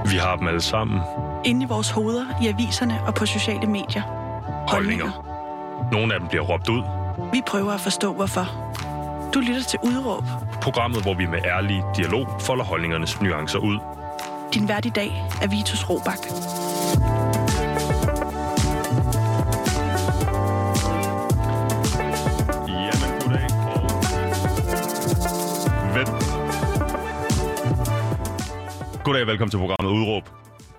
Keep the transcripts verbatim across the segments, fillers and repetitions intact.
Vi har dem alle sammen. Inde i vores hoveder, i aviserne og på sociale medier. Holdninger. Nogle af dem bliver råbt ud. Vi prøver at forstå, hvorfor. Du lytter til Udråb. Programmet, hvor vi med ærlig dialog folder holdningernes nuancer ud. Din vært i dag er Vitus Robak. Jamen, goddag og vel. Goddag og velkommen til programmet Udråb.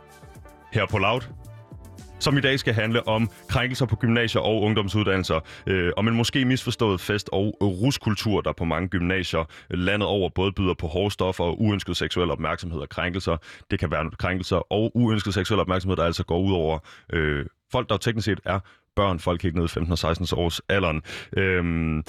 Her på Loud. Som i dag skal handle om krænkelser på gymnasier og ungdomsuddannelser, øh, om en måske misforstået fest- og ruskultur, der på mange gymnasier landet over både byder på hårde stoffer og uønsket seksuel opmærksomhed og krænkelser. Det kan være krænkelser og uønsket seksuel opmærksomhed, der altså går ud over øh, folk, der teknisk set er børn, folk helt ned i femten og seksten års alderen. Øh,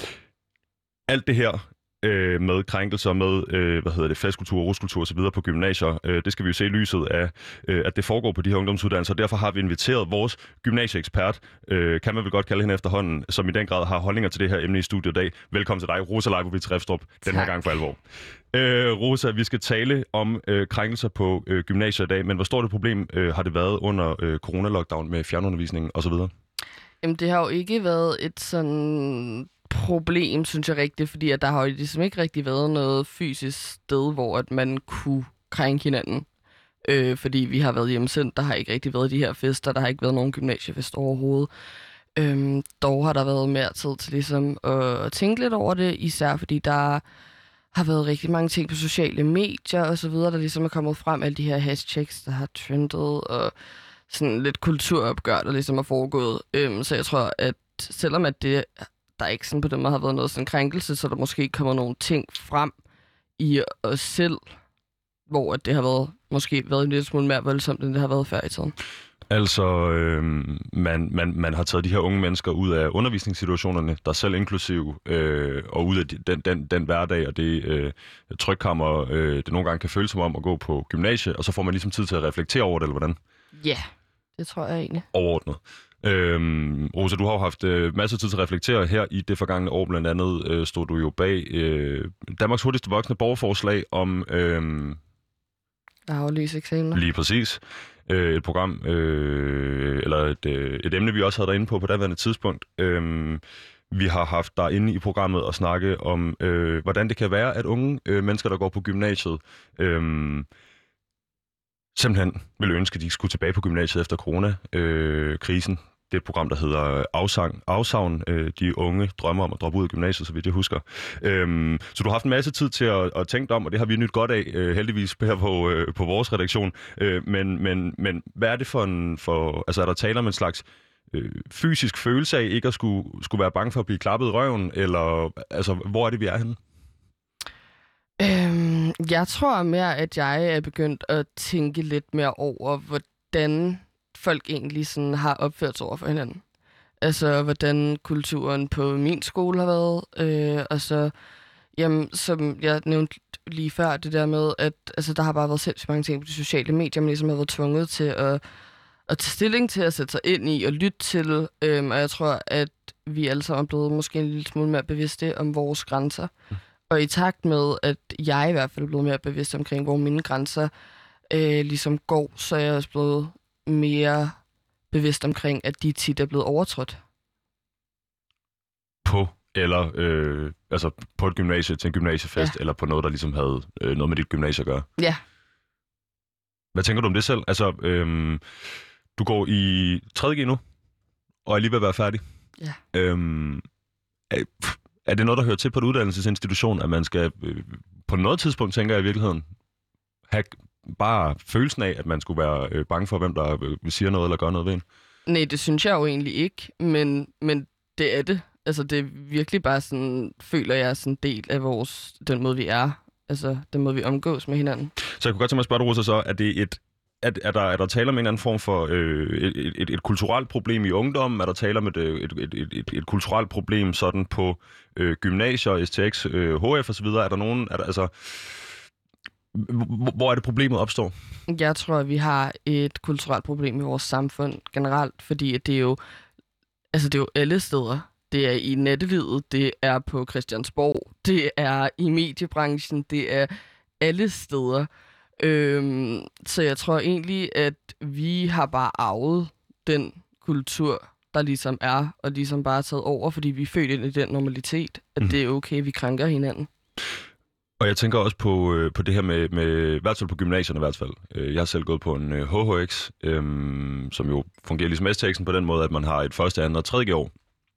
alt det her Øh, med krænkelser, med øh, hvad hedder det, festkultur, ruskultur osv. på gymnasier. Øh, det skal vi jo se i lyset af, øh, at det foregår på de her ungdomsuddannelser. Derfor har vi inviteret vores gymnasieekspert, øh, kan man vel godt kalde hende efterhånden, som i den grad har holdninger til det her emne i studiet i dag. Velkommen til dig, Rosa Leibovitz Refstrup, den her gang for alvor. Øh, Rosa, vi skal tale om øh, krænkelser på øh, gymnasier i dag, men hvor stort et problem øh, har det været under øh, corona-lockdown med fjernundervisning osv.? Jamen, det har jo ikke været et sådan problem, synes jeg rigtigt, fordi at der har jo ligesom ikke rigtig været noget fysisk sted, hvor at man kunne krænke hinanden. Øh, fordi vi har været hjemsendt, der har ikke rigtig været de her fester, der har ikke været nogen gymnasiefest overhovedet. Øhm, dog har der været mere tid til ligesom at tænke lidt over det, især fordi der har været rigtig mange ting på sociale medier og så videre, der ligesom er kommet frem, alle de her hashtags, der har trendet, og sådan lidt kulturopgør, der ligesom er foregået. Øhm, så jeg tror, at selvom at det der ikke sådan på den måde har været noget sådan krænkelse, så der måske kommer nogle ting frem i os selv, hvor det har været måske været en lille smule mere voldsomt, end det har været før i tiden. Altså, øh, man, man, man har taget de her unge mennesker ud af undervisningssituationerne, der selv inklusiv, øh, og ud af den, den, den hverdag og det øh, trykkammer, øh, det nogle gange kan føles som om at gå på gymnasie, og så får man ligesom tid til at reflektere over det, eller hvordan? Ja, yeah, det tror jeg egentlig. Overordnet. Øhm, Rosa, du har jo haft øh, masser af tid til at reflektere her i det forgangne år. Blandt andet øh, stod du jo bag øh, Danmarks hurtigste voksne borgerforslag om øh, aflyse eksamener. Lige præcis. Øh, et program, øh, eller et, øh, et emne, vi også havde derinde på på daværende tidspunkt. Øh, vi har haft derinde i programmet at snakke om, øh, hvordan det kan være, at unge øh, mennesker, der går på gymnasiet, øh, simpelthen ville ønske, at de skulle tilbage på gymnasiet efter corona-krisen. Øh, det er et program, der hedder Afsang, Afsavn. Øh, de unge drømmer om at droppe ud af gymnasiet, så vidt jeg husker. Øhm, så du har haft en masse tid til at, at tænke om, og det har vi nyt godt af, øh, heldigvis, her på, øh, på vores redaktion. Øh, men, men, men hvad er det for en... For, altså er der tale om en slags øh, fysisk følelse af ikke at skulle, skulle være bange for at blive klappet i røven? Eller altså, hvor er det, vi er henne? Øhm, jeg tror mere, at jeg er begyndt at tænke lidt mere over, hvordan folk egentlig sådan har opført sig over for hinanden. Altså, hvordan kulturen på min skole har været. Øh, og så, jamen, som jeg nævnte lige før, det der med, at altså, der har bare været sindssygt mange ting på de sociale medier, man ligesom har været tvunget til at, at tage stilling til, at sætte sig ind i og lytte til. Øh, og jeg tror, at vi alle sammen er blevet måske en lille smule mere bevidste om vores grænser. Mm. Og i takt med, at jeg i hvert fald er blevet mere bevidst omkring, hvor mine grænser øh, ligesom går, så er jeg også blevet mere bevidst omkring, at de tit er blevet overtrådt. På eller øh, altså på et gymnasie til en gymnasiefest, ja. Eller på noget, der ligesom havde øh, noget med dit gymnasie at gøre? Ja. Hvad tænker du om det selv? Altså, øh, du går i tredje G nu, og er lige ved at være færdig. Ja. Øh, er, er det noget, der hører til på et uddannelsesinstitution, at man skal øh, på noget tidspunkt, tænker jeg i virkeligheden, have bare følelsen af, at man skulle være øh, bange for, hvem der øh, siger noget eller gør noget ved en? Nej, det synes jeg jo egentlig ikke, men, men det er det. Altså, det er virkelig bare sådan, føler jeg sådan en del af vores, den måde, vi er. Altså, den måde, vi omgås med hinanden. Så jeg kunne godt tænke mig at spørge dig, Rosa, så, er det et, er, er, der, er der tale om en eller anden form for øh, et, et, et, et kulturelt problem i ungdommen? Er der tale om et, et, et, et, et, et kulturelt problem sådan på øh, gymnasier, S T X, øh, H F osv.? Er der nogen, er der, altså... Hvor er det problemet opstår? Jeg tror, at vi har et kulturelt problem i vores samfund generelt, fordi det er jo, altså det er jo alle steder. Det er i nattelivet, det er på Christiansborg, det er i mediebranchen, det er alle steder. Øhm, så jeg tror egentlig, at vi har bare arvet den kultur, der ligesom er, og ligesom bare er taget over, fordi vi er født ind i den normalitet, at mm. det er okay, vi krænker hinanden. Og jeg tænker også på, øh, på det her med, med, i hvert fald på gymnasierne i hvert fald. Jeg har selv gået på en øh, H H X, øh, som jo fungerer ligesom S T X'en på den måde, at man har et første, andet og tredje år.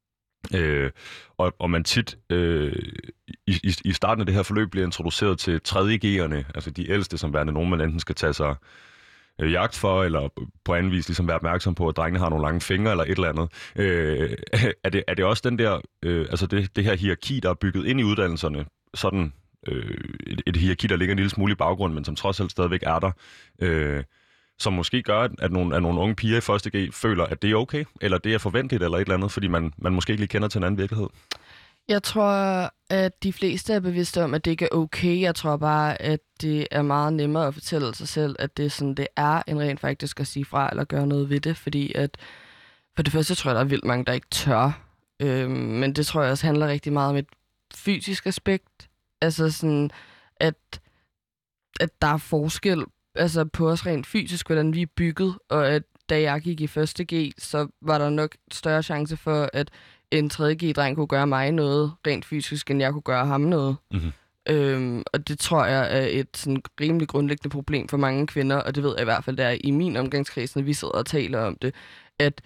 Øh, og, og man tit øh, i, i, i starten af det her forløb bliver introduceret til tredje G'erne, altså de ældste, som værende nogen, man enten skal tage sig øh, jagt for, eller på anden vis ligesom være opmærksom på, at drengene har nogle lange fingre, eller et eller andet. Øh, er, det, er det også den der, øh, altså det, det her hierarki, der er bygget ind i uddannelserne, sådan øh, et, et hierarki, der ligger en lille smule i baggrund, men som trods alt stadigvæk er der, øh, som måske gør, at nogle, at nogle unge piger i første G føler, at det er okay, eller det er forventeligt, eller et eller andet, fordi man, man måske ikke lige kender til en anden virkelighed? Jeg tror, at de fleste er bevidste om, at det ikke er okay. Jeg tror bare, at det er meget nemmere at fortælle sig selv, at det er sådan, det er, end rent faktisk at sige fra eller gøre noget ved det, fordi at for det første tror jeg, der er vildt mange, der ikke tør. Øhm, men det tror jeg også handler rigtig meget om et fysisk aspekt. Altså sådan, at, at der er forskel altså på os rent fysisk, hvordan vi er bygget, og at da jeg gik i første G, så var der nok større chance for, at en tredje G-dreng kunne gøre mig noget rent fysisk, end jeg kunne gøre ham noget. Mm-hmm. Øhm, og det tror jeg er et sådan rimelig grundlæggende problem for mange kvinder, og det ved jeg i hvert fald, der er i min omgangskreds, når vi sidder og taler om det, at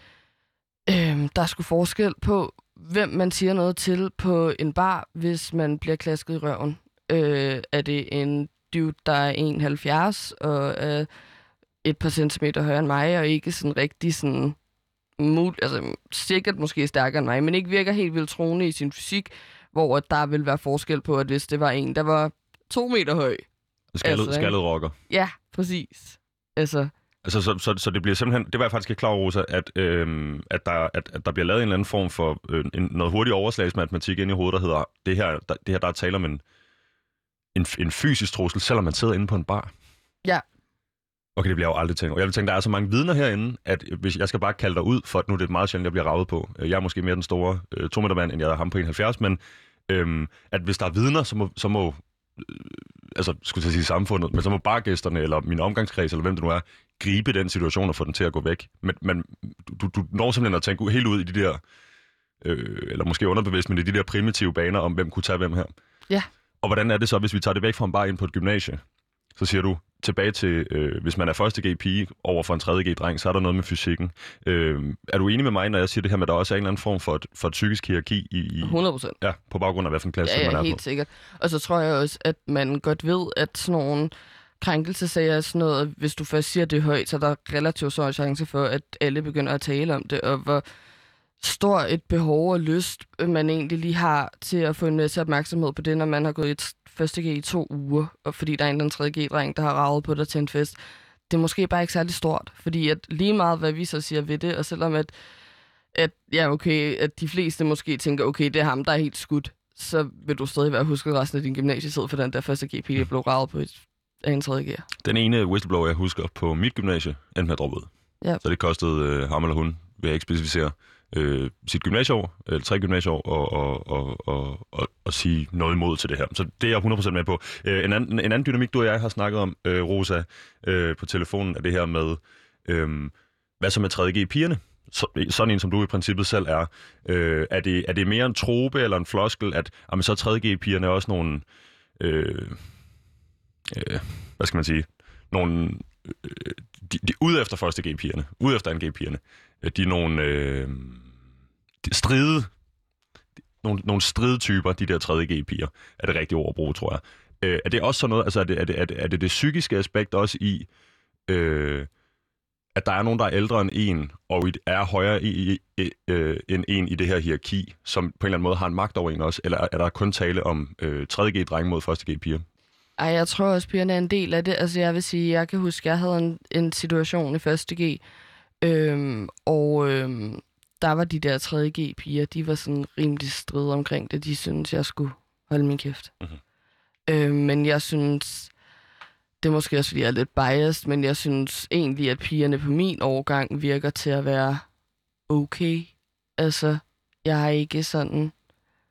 øhm, der er sgu forskel på, hvem man siger noget til på en bar, hvis man bliver klasket i røven. Øh, er det en dude, der er en komma halvfjerds og er et par centimeter højere end mig, og ikke sådan rigtig sådan mul- altså sikkert måske stærkere end mig, men ikke virker helt vildt troende i sin fysik, hvor der vil være forskel på, at hvis det var en, der var to meter høj. Skaldet, altså, skaldet rocker. Ja, præcis. Altså, altså så, så, så det bliver simpelthen, det var jeg faktisk ikke klar over, Rosa, at, øhm, at, der, at, at der bliver lavet en eller anden form for øh, en, noget hurtig overslagsmatematik ind i hovedet, der hedder, det her, der, det her der er tale om en, en, en fysisk trussel, selvom man sidder inde på en bar. Ja. Okay, det bliver jeg jo aldrig tænkt. Og jeg vil tænke, der er så mange vidner herinde, at hvis jeg skal bare kalde dig ud, for at nu er det meget sjældent, jeg bliver ravet på. Jeg er måske mere den store øh, to meter mand, end jeg er ham på en komma halvfjerds, men øhm, at hvis der er vidner, så må, så må øh, altså, skulle jeg sige samfundet, men så må bargæsterne, eller min omgangskreds, eller hvem det nu er, gribe den situation og få den til at gå væk. Men, men du, du når simpelthen at tænke helt ud i de der, øh, eller måske underbevidst, men i de der primitive baner om, hvem kunne tage hvem her. Ja. Og hvordan er det så, hvis vi tager det væk fra en bar ind på et gymnasie? Så siger du, tilbage til, øh, hvis man er første G-pige over for en tredje G-dreng, så er der noget med fysikken. Øh, er du enig med mig, når jeg siger det her med, at der også er en eller anden form for et, for et psykisk hierarki i, i... hundrede procent. Ja, på baggrund af, hvilken klasse ja, ja, man er helt på. Sikkert. Og så tror jeg også, at man godt ved, at sådan nogle krænkelsesager er sådan noget, hvis du først siger det højt, så er der relativt stor chance for, at alle begynder at tale om det, og hvor stor et behov og lyst, man egentlig lige har til at få en masse opmærksomhed på det, når man har gået i et første G i to uger, og fordi der er en eller anden tredje G-dreng, der har raget på dig til en fest. Det er måske bare ikke særlig stort, fordi at lige meget, hvad vi så siger ved det, og selvom at, at, ja, okay, at de fleste måske tænker, okay, det er ham, der er helt skudt, så vil du stadig være husket resten af din gymnasietid, for den der første G-pige blev raget på et, af en tredje G. Den ene whistleblower, jeg husker på mit gymnasie, endte med at droppe ud. Ja. Så det kostede øh, ham eller hun, vil jeg ikke specificere, Øh, sit gymnasieår, eller tre gymnasieår, og, og, og, og, og, og sige noget imod til det her. Så det er jeg hundrede procent med på. Øh, en, anden, en anden dynamik, du og jeg har snakket om, øh, Rosa, øh, på telefonen, er det her med, øh, hvad så med tredje G-pigerne? Så, sådan en, som du i princippet selv er. Øh, er, det, er det mere en trope eller en floskel, at jamen, så er tredje G-pigerne er også nogle, øh, øh, hvad skal man sige, nogle, øh, de, de, ude efter første G-pigerne, ude efter anden G-pigerne. De er nogle øh, de stride, nogle, nogle stridetyper, de der tredje G-piger, er det rigtige ord at bruge, tror jeg. Øh, er det også sådan noget, altså er det er det, er det, er det, det psykiske aspekt også i, øh, at der er nogen, der er ældre end en, og er højere i, i, i, øh, end en i det her hierarki, som på en eller anden måde har en magt over en også, eller er der kun tale om øh, tredje G-drenge mod første G-piger? Ej, jeg tror også, pigerne er en del af det. Altså jeg vil sige, jeg kan huske, jeg havde en, en situation i første G, Øhm, og øhm, der var de der tredje G-piger, de var sådan rimelig stride omkring det. De syntes, jeg skulle holde min kæft. Mm-hmm. Øhm, men jeg synes, det er måske også, fordi jeg er lidt biased, men jeg synes egentlig, at pigerne på min årgang virker til at være okay. Altså, jeg har ikke sådan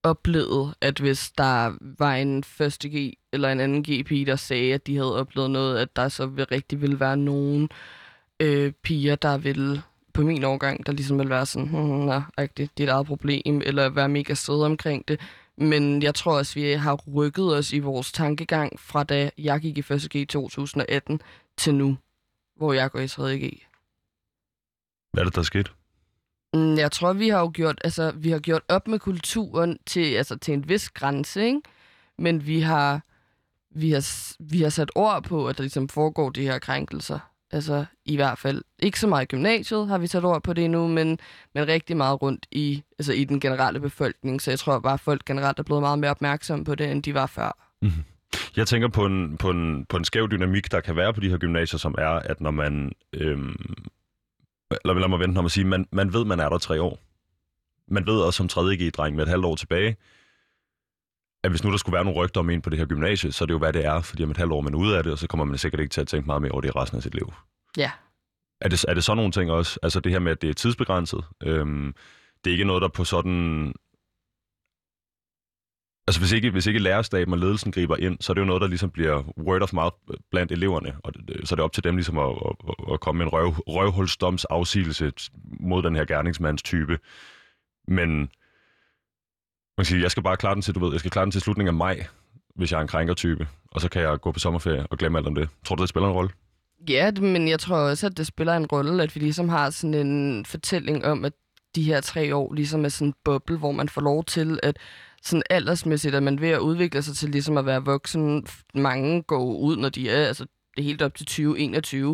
oplevet, at hvis der var en første G eller en anden G-pige, der sagde, at de havde oplevet noget, at der så vil rigtig ville være nogen øh, piger, der ville på min årgang, der ligesom ville være sådan, hm, nå, det er et eget problem, eller være mega søde omkring det. Men jeg tror også, vi har rykket os i vores tankegang fra da jeg gik i første G i to tusind atten til nu, hvor jeg går i tredje G. Hvad er det, der er sket? Jeg tror, vi har jo gjort, altså, vi har gjort op med kulturen til, altså, til en vis grænse, ikke? Men vi har, vi, har, vi har sat ord på, at der ligesom foregår de her krænkelser. Altså, i hvert fald ikke så meget i gymnasiet har vi sat ord på det endnu, men, men rigtig meget rundt i, altså, i den generelle befolkning. Så jeg tror bare, at folk generelt er blevet meget mere opmærksomme på det, end de var før. Mm-hmm. Jeg tænker på en, på, en, på en skæv dynamik, der kan være på de her gymnasier, som er, at når man... Øhm Eller lad mig vente, når man siger, man, man ved, man er der tre år. Man ved også som tredje G-dreng med et halvt år tilbage, at hvis nu der skulle være nogle rygter om en på det her gymnasie, så er det jo, hvad det er, fordi om et halvt år man er ude af det, og så kommer man sikkert ikke til at tænke meget mere over det resten af sit liv. Ja. Er det, er det sådan nogle ting også? Altså det her med, at det er tidsbegrænset. Øhm, det er ikke noget, der på sådan... Altså hvis ikke, hvis ikke lærerstaben og ledelsen griber ind, så er det jo noget, der ligesom bliver word of mouth blandt eleverne, og det, så er det op til dem ligesom at, at, at komme med en røv, røvhulsdoms afsigelse mod den her gerningsmands type. Men man kan sige, jeg skal bare klare den til, du ved, jeg skal klare den til slutningen af maj, hvis jeg er en krænkertype, og så kan jeg gå på sommerferie og glemme alt om det. Tror du, det spiller en rolle? Ja, men jeg tror også, at det spiller en rolle, at vi ligesom har sådan en fortælling om, at de her tre år ligesom er sådan en boble, hvor man får lov til at sådan aldersmæssigt, at man ved at udvikle sig til ligesom at være voksen. Mange går ud, når de er, altså det er helt op til tyve enogtyve.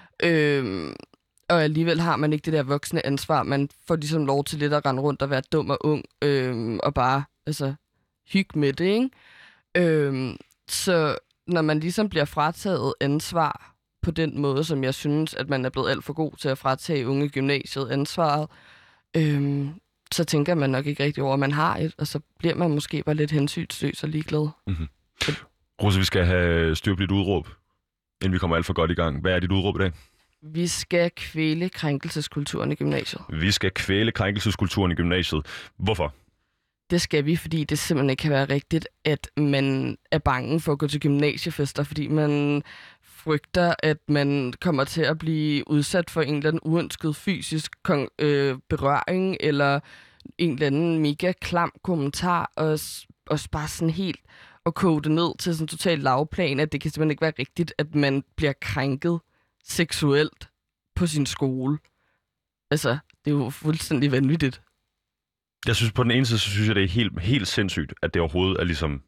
Øhm, og alligevel har man ikke det der voksne ansvar. Man får ligesom lov til lidt at rende rundt og være dum og ung, øhm, og bare altså, hygge med det, ikke? Øhm, så når man ligesom bliver frataget ansvar på den måde, som jeg synes, at man er blevet alt for god til at fratage unge gymnasiet ansvaret, øhm, så tænker man nok ikke rigtig over, at man har et, og så bliver man måske bare lidt hensynsløs og ligeglad. Mm-hmm. Rose, vi skal have styr på dit udråb, inden vi kommer alt for godt i gang. Hvad er dit udråb i dag? Vi skal kvæle krænkelseskulturen i gymnasiet. Vi skal kvæle krænkelseskulturen i gymnasiet. Hvorfor? Det skal vi, fordi det simpelthen ikke kan være rigtigt, at man er bange for at gå til gymnasiefester, fordi man frygter, at man kommer til at blive udsat for en eller anden uønsket fysisk kon- øh, berøring, eller en eller anden mega klam kommentar, og, og bare sådan helt at koge det ned til sådan en total lavplan, at det kan simpelthen ikke være rigtigt, at man bliver krænket seksuelt på sin skole. Altså, det er jo fuldstændig vanvittigt. Jeg synes på den ene side, så synes jeg, det er helt, helt sindssygt, at det overhovedet er ligesom,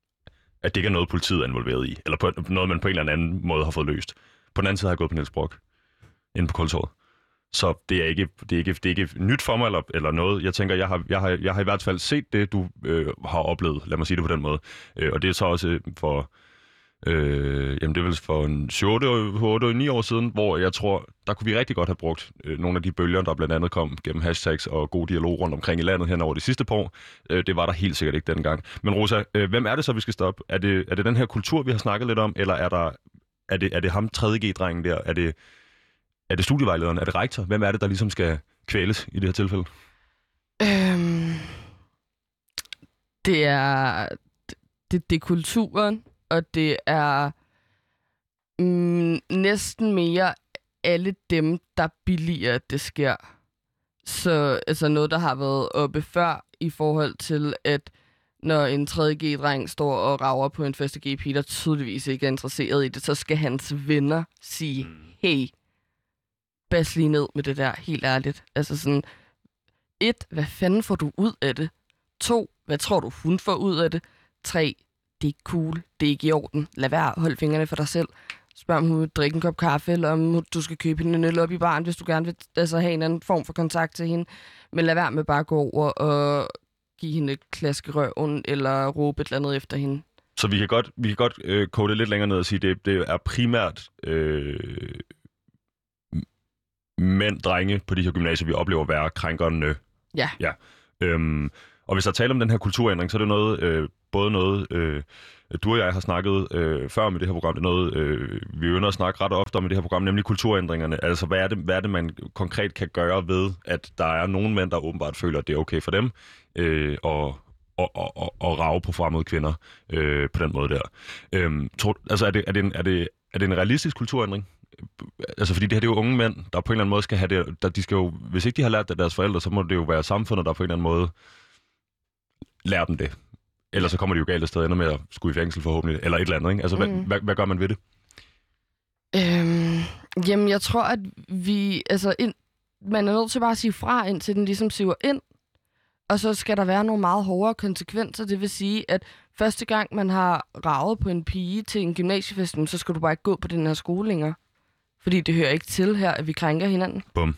at det ikke er noget, politiet er involveret i, eller på noget, man på en eller anden måde har fået løst. På den anden side har jeg gået på Niels Brock, inde på Kultorvet. Så det er ikke, det er ikke, det er ikke nyt for mig eller, eller noget. Jeg tænker, jeg har, jeg, har, jeg har i hvert fald set det, du øh, har oplevet, lad mig sige det på den måde. Øh, og det er så også for... Øh, jamen det er vel for en syv otte ni år siden, hvor jeg tror, der kunne vi rigtig godt have brugt øh, nogle af de bølger, der blandt andet kom gennem hashtags og god dialog rundt omkring i landet hen over de sidste par år. Øh, det var der helt sikkert ikke dengang. Men Rosa, øh, hvem er det så, vi skal stoppe? Er det, er det den her kultur, vi har snakket lidt om, eller er, der, er, det, er det ham tredje G-drengen der? Er det, er det studievejlederen? Er det rektor? Hvem er det, der ligesom skal kvæles i det her tilfælde? Øhm, det er det, det er kulturen. Og det er mm, næsten mere alle dem, der billiger, at det sker. Så altså noget, der har været oppe før i forhold til, at når en tredje G-dreng står og rager på en første G-pige, der tydeligvis ikke er interesseret i det, så skal hans venner sige, hey, bas lige ned med det der, helt ærligt. Altså sådan, et, hvad fanden får du ud af det? To, hvad tror du, hun får ud af det? Tre, det er ikke cool, det er ikke i orden. Lad være, hold fingrene for dig selv. Spørg om hun vil drikke en kop kaffe, eller om du skal købe hende en øl op i baren, hvis du gerne vil altså, have en anden form for kontakt til hende. Men lad være med bare at gå over og give hende et klask i røven, eller råbe et eller andet efter hende. Så vi kan godt, vi kan godt øh, kode det lidt længere ned og sige, det, det er primært øh, mænd, drenge på de her gymnasier, vi oplever at være krænkerne. Ja. ja. Øhm, og hvis der taler om den her kulturændring, så er det noget, øh, både noget, øh, du og jeg har snakket øh, før med det her program, det er noget, øh, vi ønsker at snakke ret ofte om i det her program, nemlig kulturændringerne. Altså, hvad er det, hvad er det man konkret kan gøre ved, at der er nogle mænd, der åbenbart føler, at det er okay for dem, øh, og at, at, at, at rage på fremmede kvinder øh, på den måde der. Øhm, tror, altså er det, er, det en, er, det, er det en realistisk kulturændring? Altså fordi det her det er jo unge mænd, der på en eller anden måde skal have det, der de skal jo, hvis ikke de har lært det af deres forældre, så må det jo være samfundet, der på en eller anden måde lærer dem det. Ellers så kommer de jo galt af sted, ender med at skulle i fængsel forhåbentlig, eller et eller andet, ikke? Altså, mm. hvad, hvad, hvad gør man ved det? Øhm, jamen, jeg tror, at vi... Altså, ind, man er nødt til bare at sige fra, indtil den ligesom siver ind. Og så skal der være nogle meget hårdere konsekvenser. Det vil sige, at første gang, man har raget på en pige til en gymnasiefest, så skal du bare ikke gå på den her skole længere. Fordi det hører ikke til her, at vi krænker hinanden. Bum.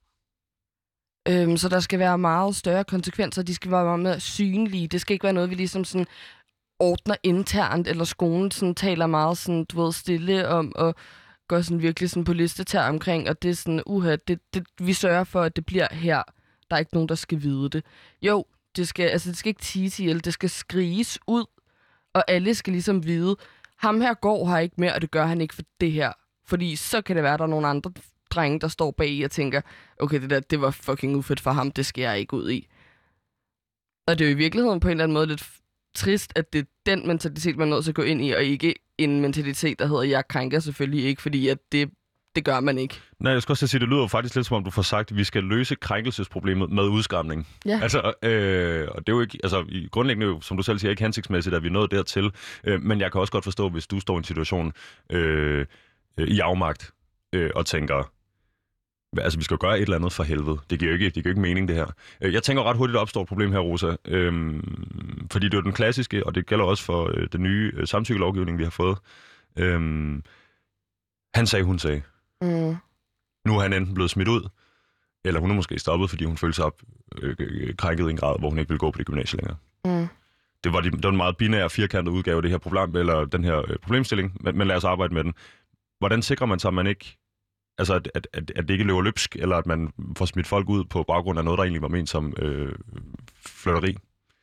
Øhm, så der skal være meget større konsekvenser. De skal være meget mere synlige. Det skal ikke være noget, vi ligesom sådan ordner internt, eller skolen sådan taler meget sådan, du ved, stille om, og går sådan virkelig sådan på listetær omkring, og det er sådan, uha, det, det, vi sørger for, at det bliver her. Der er ikke nogen, der skal vide det. Jo, det skal, altså, det skal ikke ties ihjel, det skal skriges ud, og alle skal ligesom vide, ham her går her ikke mere, og det gør han ikke for det her. Fordi så kan det være, at der er nogle andre drenge, der står bag i og tænker, okay, det der, det var fucking ufedt for ham, det skal jeg ikke ud i. Og det er jo i virkeligheden på en eller anden måde lidt trist, at det er den mentalitet, man er nødt til at gå ind i, og ikke en mentalitet, der hedder, jeg krænker selvfølgelig ikke, fordi at det, det gør man ikke. Nej, jeg skal også sige, det lyder jo faktisk lidt som om, du får sagt, at vi skal løse krænkelsesproblemet med udskamning. Ja. Altså, øh, og det er jo ikke, altså, i grundlæggende jo, som du selv siger, ikke hensigtsmæssigt, at vi er nået dertil. Øh, men jeg kan også godt forstå, hvis du står i en situation øh, øh, i afmagt øh, og tænker, altså, vi skal jo gøre et eller andet for helvede. Det giver jo ikke, det giver jo ikke mening, det her. Jeg tænker ret hurtigt, at der opstår et problem her, Rosa. Øhm, fordi det er jo den klassiske, og det gælder også for øh, den nye øh, samtykkelovgivning, vi har fået. Øhm, han sagde, hun sagde. Mm. Nu er han enten blevet smidt ud, eller hun er måske stoppet, fordi hun følte sig op, øh, krænket i en grad, hvor hun ikke ville gå på det gymnasie længere. Mm. Det var, de, det var en meget binær, firkantet udgave af det her problem, eller den her øh, problemstilling, men, men lad os arbejde med den. Hvordan sikrer man så, at man ikke Altså, at, at, at, at det ikke løber løbsk, eller at man får smidt folk ud på baggrund af noget, der egentlig var ment som øh, flirteri?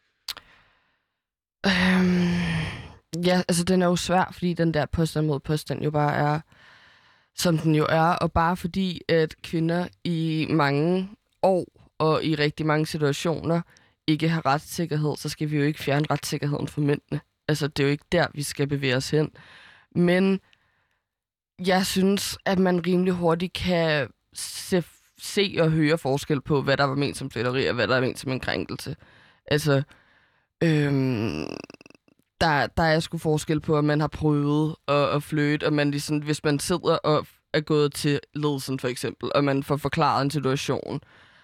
Øhm, ja, altså den er jo svær, fordi den der påstand mod påstand jo bare er, som den jo er. Og bare fordi, at kvinder i mange år og i rigtig mange situationer ikke har retssikkerhed, så skal vi jo ikke fjerne retssikkerheden for mændene. Altså, det er jo ikke der, vi skal bevæge os hen. Men jeg synes, at man rimelig hurtigt kan se, se og høre forskel på, hvad der var ment som flirteri, og hvad der er ment som en krænkelse. Altså, øhm, der, der er sgu forskel på, at man har prøvet at, at flirte, og man ligesom, hvis man sidder og er gået til ledelsen for eksempel, og man får forklaret en situation,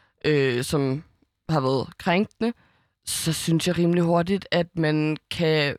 øh, som har været krænkende, så synes jeg rimelig hurtigt, at man kan...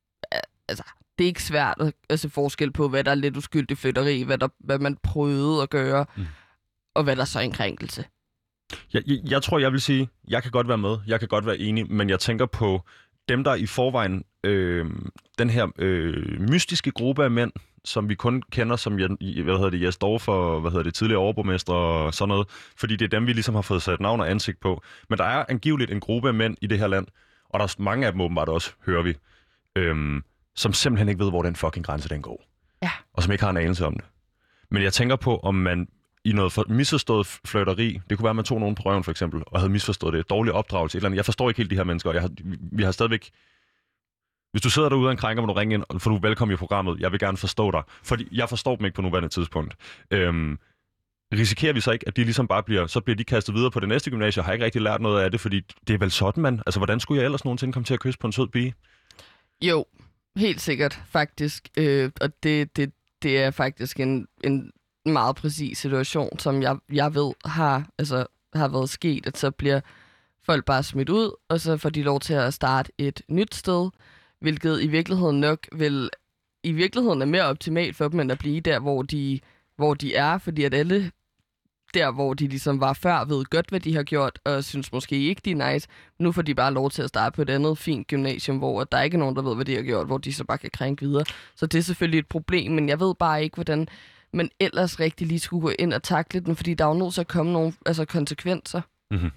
Altså, det er ikke svært at, at se forskel på, hvad der er lidt uskyldig flirteri, hvad, der, hvad man prøvede at gøre, mm. og hvad der så er en krænkelse. Jeg, jeg, jeg tror, jeg vil sige, jeg kan godt være med, jeg kan godt være enig, men jeg tænker på dem, der i forvejen, øh, den her øh, mystiske gruppe af mænd, som vi kun kender som, hvad hedder det, Jes Dorfer, hvad hedder det, tidligere overborgmester og sådan noget, fordi det er dem, vi ligesom har fået sat navn og ansigt på. Men der er angiveligt en gruppe af mænd i det her land, og der er mange af dem åbenbart også, hører vi, øh, som simpelthen ikke ved, hvor den fucking grænse den går. Ja. Og som ikke har en anelse om det. Men jeg tænker på, om man i noget for, misforstået flirteri, det kunne være, at man tog nogen på røven for eksempel, og havde misforstået det, dårlig opdragelse, et eller andet. Jeg forstår ikke helt de her mennesker, og jeg har, vi har stadigvæk... Hvis du sidder derude og en krænker, må du ringe ind, for du er velkommen i programmet. Jeg vil gerne forstå dig, fordi jeg forstår dem ikke på nuværende tidspunkt. Øhm, risikerer vi så ikke, at de ligesom bare bliver, så bliver de kastet videre på det næste gymnasie, og har ikke rigtig lært noget af det, fordi det er vel sådan, man... Altså, hvordan skulle jeg ellers nogensinde komme til at kysse på en sød pige? Jo, helt sikkert, faktisk. Øh, og det, det, det er faktisk en, en meget præcis situation, som jeg, jeg ved har, altså, har været sket, at så bliver folk bare smidt ud, og så får de lov til at starte et nyt sted, hvilket i virkeligheden nok vil, i virkeligheden er mere optimalt for dem, end at blive der, hvor de, hvor de er, fordi at alle der, hvor de ligesom var før, ved godt, hvad de har gjort, og synes måske ikke, de er nice. Nu får de bare lov til at starte på et andet fint gymnasium, hvor der ikke er nogen, der ved, hvad de har gjort, hvor de så bare kan krænke videre. Så det er selvfølgelig et problem, men jeg ved bare ikke, hvordan man ellers rigtig lige skulle gå ind og takle den, fordi der er jo nødt til at komme nogle altså konsekvenser. Mm-hmm.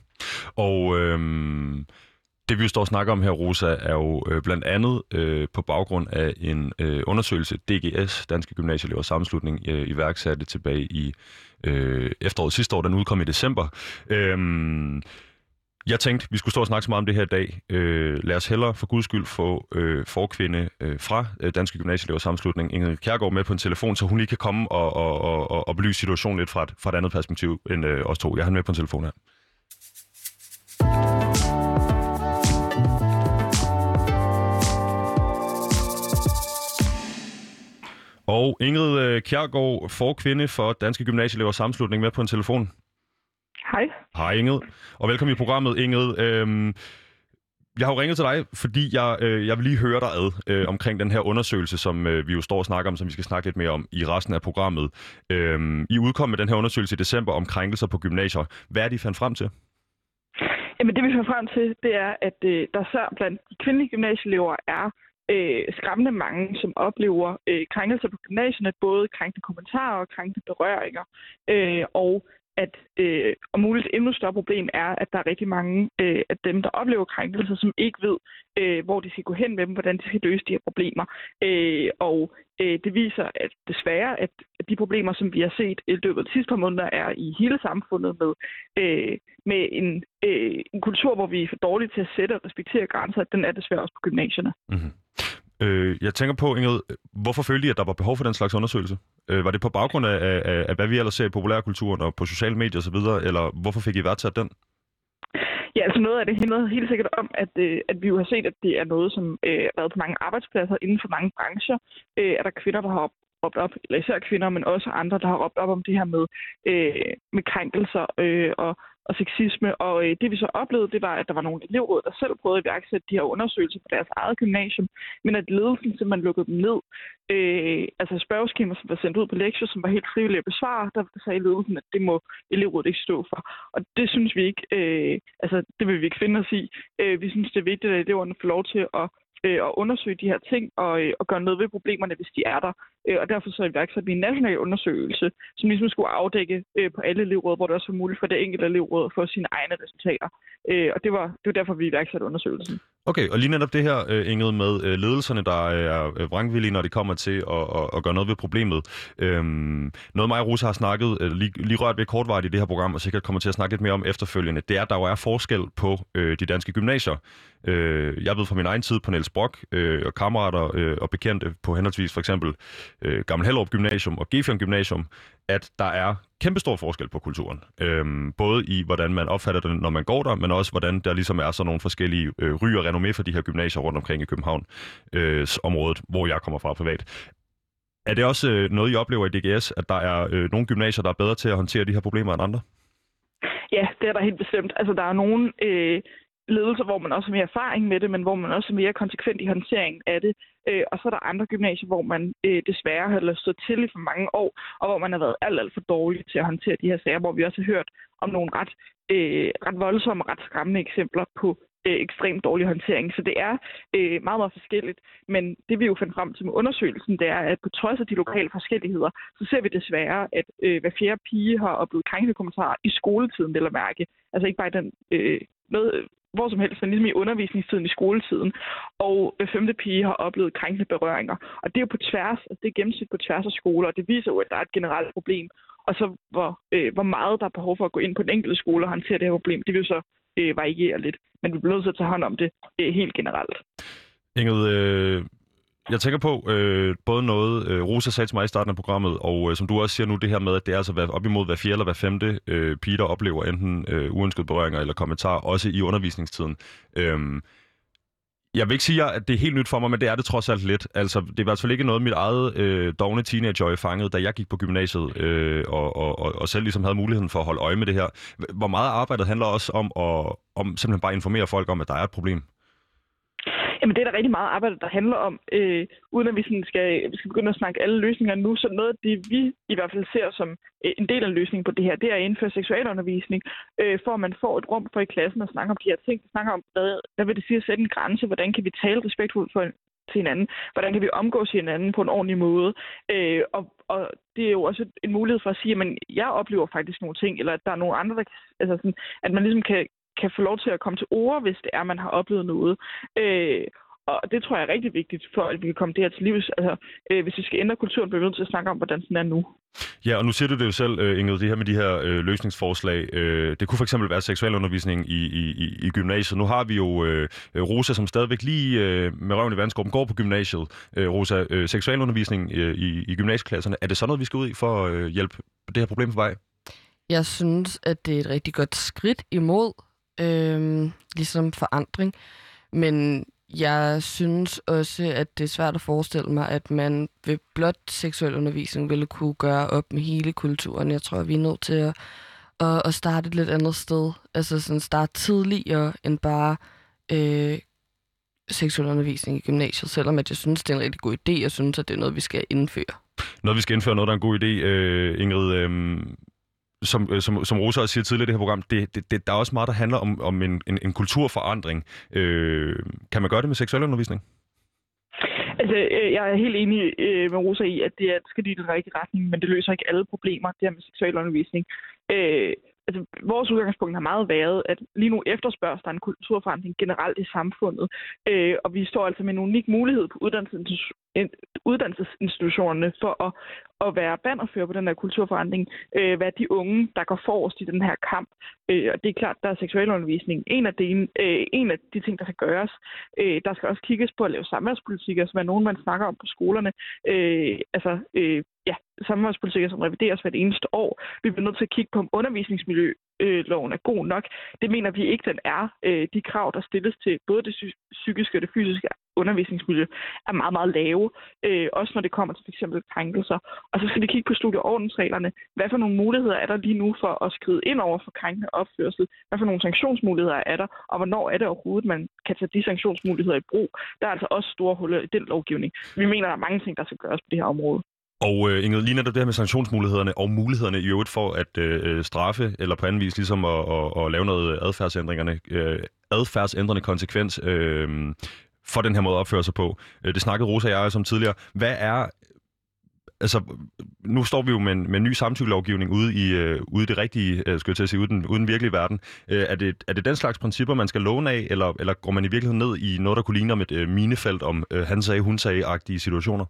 Og øhm, det, vi jo står og snakker om her, Rosa, er jo øh, blandt andet øh, på baggrund af en øh, undersøgelse, D G S, Danske Gymnasieelevers Sammenslutning, øh, iværksatte tilbage i øh, efteråret sidste år, den udkom i december. Øhm, Jeg tænkte, vi skulle stå og snakke så meget om det her i dag. Øh, lad os hellere for guds skyld få øh, forkvinde øh, fra øh, Danske Gymnasieelevers Sammenslutning, Ingrid Kjærgaard, med på en telefon, så hun lige kan komme og, og, og, og, og belyse situationen lidt fra et, fra et andet perspektiv end øh, os to. Jeg har hende med på en telefon her. Og Ingrid Kjærgaard, forkvinde for Danske Gymnasieelevers Sammenslutning, med på en telefon. Hej. Hej Ingrid, og velkommen i programmet, Ingrid. Øhm, jeg har jo ringet til dig, fordi jeg, øh, jeg vil lige høre dig ad øh, omkring den her undersøgelse, som øh, vi jo står og snakker om, som vi skal snakke lidt mere om i resten af programmet. Øhm, I udkom med den her undersøgelse i december om krænkelser på gymnasier. Hvad er det, I fandt frem til? Jamen det vi fandt frem til, det er, at øh, der så blandt de kvindelige gymnasieelever er øh, skræmmende mange, som oplever øh, krænkelser på gymnasierne, både krænkende kommentarer og krænkende berøringer, øh, og at øh, og muligt endnu større problem er, at der er rigtig mange øh, af dem, der oplever krænkelser, som ikke ved, øh, hvor de skal gå hen med dem, hvordan de skal løse de her problemer. Øh, og øh, det viser at desværre, at de problemer, som vi har set i løbet af de sidste par måneder, er i hele samfundet med, øh, med en, øh, en kultur, hvor vi er for dårlige til at sætte og respektere grænser. Den er desværre også på gymnasierne. Mm-hmm. Øh, jeg tænker på, Ingrid, hvorfor følte I, at der var behov for den slags undersøgelse? Øh, var det på baggrund af, af, af, hvad vi ellers ser i populærkulturen og på sociale medier osv., eller hvorfor fik I værdsat den? Ja, altså noget af det handler helt sikkert om, at, øh, at vi jo har set, at det er noget, som øh, har været på mange arbejdspladser inden for mange brancher. Øh, er der kvinder, der har råbt op, eller især kvinder, men også andre, der har råbt op om det her med, øh, med krænkelser øh, og og sexisme, og øh, det vi så oplevede, det var, at der var nogle elevråd, der selv prøvede at iværksætte de her undersøgelser på deres eget gymnasium, men at ledelsen simpelthen lukkede dem ned. Øh, altså spørgeskemaer, som var sendt ud på lektier, som var helt frivillige at besvare, der sagde ledelsen, at det må elevrådet ikke stå for. Og det synes vi ikke, øh, altså det vil vi ikke finde os i. Øh, vi synes, det er vigtigt, at eleverne får lov til at at undersøge de her ting og, og gøre noget ved problemerne, hvis de er der. Og derfor så iværksatte vi en national undersøgelse, som ligesom skulle afdække på alle elevråd, hvor det også var muligt for det enkelte elevråd at få sine egne resultater. Og det var, det var derfor, vi iværksatte undersøgelsen. Okay, og lige netop det her, Ingrid, med ledelserne, der er vrangvillige, når de kommer til at, at, at gøre noget ved problemet. Øhm, noget mig og Rosa har snakket, lige, lige rørt ved kortvarigt i det her program, og sikkert kommer til at snakke lidt mere om efterfølgende, det er, at der jo er forskel på øh, de danske gymnasier. Øh, jeg ved fra min egen tid på Niels Brock øh, og kammerater øh, og bekendte på henholdsvis for eksempel øh, Gammel Hellerup Gymnasium og Gefion Gymnasium, at der er kæmpestor forskel på kulturen. Øhm, både i, hvordan man opfatter det, når man går der, men også, hvordan der ligesom er sådan nogle forskellige øh, ry og renommé for de her gymnasier rundt omkring i København øh, området, hvor jeg kommer fra privat. Er det også øh, noget, I oplever i D G S, at der er øh, nogle gymnasier, der er bedre til at håndtere de her problemer end andre? Ja, det er der helt bestemt. Altså, der er nogle øh, ledelser, hvor man også har mere erfaring med det, men hvor man også er mere konsekvent i håndteringen af det. Øh, og så er der andre gymnasier, hvor man øh, desværre har ladet stå til i for mange år, og hvor man har været alt, alt for dårlig til at håndtere de her sager, hvor vi også har hørt om nogle ret, øh, ret voldsomme og ret skræmmende eksempler på øh, ekstremt dårlig håndtering. Så det er øh, meget, meget forskelligt. Men det vi jo fandt frem til med undersøgelsen, det er, at på trods af de lokale forskelligheder, så ser vi desværre, at øh, hver fjerde pige har oplevet krænkende kommentarer i skoletiden, vil jeg mærke. Altså ikke bare den øh, noget hvor som helst, men ligesom i undervisningstiden i skoletiden. Og hver femte pige har oplevet krænkende berøringer. Og det er jo på tværs, altså det er gennemsnit på tværs af skoler, og det viser jo, at der er et generelt problem. Og så hvor, øh, hvor meget der er behov for at gå ind på den enkelte skole og håndtere det her problem, det vil jo så øh, variere lidt. Men vi bliver nødt til at tage hånd om det øh, helt generelt. Ingrid, øh... Jeg tænker på øh, både noget, øh, Rosa sagde til mig i starten af programmet, og øh, som du også siger nu, det her med, at det er altså op imod hver fjerde eller hver femte øh, pige, der oplever enten øh, uønskede berøringer eller kommentarer, også i undervisningstiden. Øhm, jeg vil ikke sige, at det er helt nyt for mig, men det er det trods alt lidt. Altså, det er i hvert fald ikke noget, mit eget øh, dogne teenager fangede, da jeg gik på gymnasiet, øh, og, og, og, og selv ligesom havde muligheden for at holde øje med det her. Hvor meget arbejdet handler også om at om simpelthen bare informere folk om, at der er et problem? Jamen, det er der rigtig meget arbejde, der handler om, øh, uden at vi sådan skal, vi skal begynde at snakke alle løsninger nu. Så noget af det, vi i hvert fald ser som øh, en del af løsningen på det her, det er at indføre seksualundervisning, øh, for at man får et rum for i klassen at snakke om de her ting. Snakke om, hvad, hvad vil det sige at sætte en grænse? Hvordan kan vi tale respektfuldt for, til hinanden? Hvordan kan vi omgås hinanden på en ordentlig måde? Øh, og, og det er jo også en mulighed for at sige, at jeg oplever faktisk nogle ting, eller at der er nogle andre, der, altså sådan, at man ligesom kan kan få lov til at komme til ord, hvis det er, man har oplevet noget. Øh, Og det tror jeg er rigtig vigtigt, for at vi kan komme det her til livs. Altså, øh, hvis vi skal ændre kulturen, bliver vi nødt til at snakke om, hvordan den er nu. Ja, og nu siger du det jo selv, Ingrid, det her med de her øh, løsningsforslag. Øh, det kunne for eksempel være seksualundervisning i, i, i gymnasiet. Nu har vi jo øh, Rosa, som stadigvæk lige øh, med røven i vandskorben går på gymnasiet. Øh, Rosa, øh, seksualundervisning øh, i, i gymnasieklasserne. Er det sådan noget, vi skal ud i for at øh, hjælpe det her problem på vej? Jeg synes, at det er et rigtig godt skridt imod øh, ligesom forandring. Men jeg synes også, at det er svært at forestille mig, at man ved blot seksuel undervisning ville kunne gøre op med hele kulturen. Jeg tror, vi er nødt til at, at, at starte et lidt andet sted. Altså sådan starte tidligere end bare øh, seksuel undervisning i gymnasiet, selvom at jeg synes, det er en rigtig god idé. Jeg synes, at det er noget, vi skal indføre. Noget, vi skal indføre, noget, der er en god idé, øh, Ingrid. Øh... Som, som, som Rosa også siger tidligere i det her program, det, det, det, der er også meget, der handler om, om en, en, en kulturforandring. Øh, kan man gøre det med seksualundervisning? Altså, jeg er helt enig med Rosa i, at det er, skal i den rigtige retning, men det løser ikke alle problemer, det her med seksualundervisning. Øh, altså, vores udgangspunkt har meget været, at lige nu efterspørges der en kulturforandring generelt i samfundet, øh, og vi står altså med en unik mulighed på uddannelsesinstitutionerne for at, at være bannerfører på den her kulturforandring, øh, være de unge, der går forrest i den her kamp. Øh, og det er klart, der er seksualundervisning en af, de, øh, en af de ting, der kan gøres. Øh, der skal også kigges på at lave samværspolitikker, som er nogen, man snakker om på skolerne. Øh, altså, øh, ja, samværspolitikker, som revideres hvert eneste år. Vi bliver nødt til at kigge på, om undervisningsmiljøloven er god nok. Det mener vi ikke, den er. Øh, de krav, der stilles til både det psykiske og det fysiske undervisningsmiljø, er meget, meget lave. Øh, også når det kommer til f.eks. krænkelser. Og så skal vi kigge på studie- og ordensreglerne. Hvad for nogle muligheder er der lige nu for at skride ind over for krænkende opførsel? Hvad for nogle sanktionsmuligheder er der? Og hvornår er det overhovedet, man kan tage de sanktionsmuligheder i brug? Der er altså også store huller i den lovgivning. Vi mener, der er mange ting, der skal gøres på det her område. Og uh, Ingrid, lige netop det her med sanktionsmulighederne og mulighederne i øvrigt for at uh, straffe, eller på anden vis ligesom at, at, at lave noget adfærdsændringerne, uh, adfærdsændrende konsekvens uh, for den her måde at opføre sig på. Uh, det snakkede Rosa og jeg som tidligere. Hvad er... Altså, nu står vi jo med en, med en ny samtykkelovgivning ude i, uh, ude i det rigtige, uh, skal jeg til at sige, ude i den, ude i den virkelige verden. Uh, er, det, er det den slags principper, man skal låne af, eller, eller går man i virkeligheden ned i noget, der kunne ligne om et uh, minefelt om uh, han sagde, hun sagde-agtige situationer?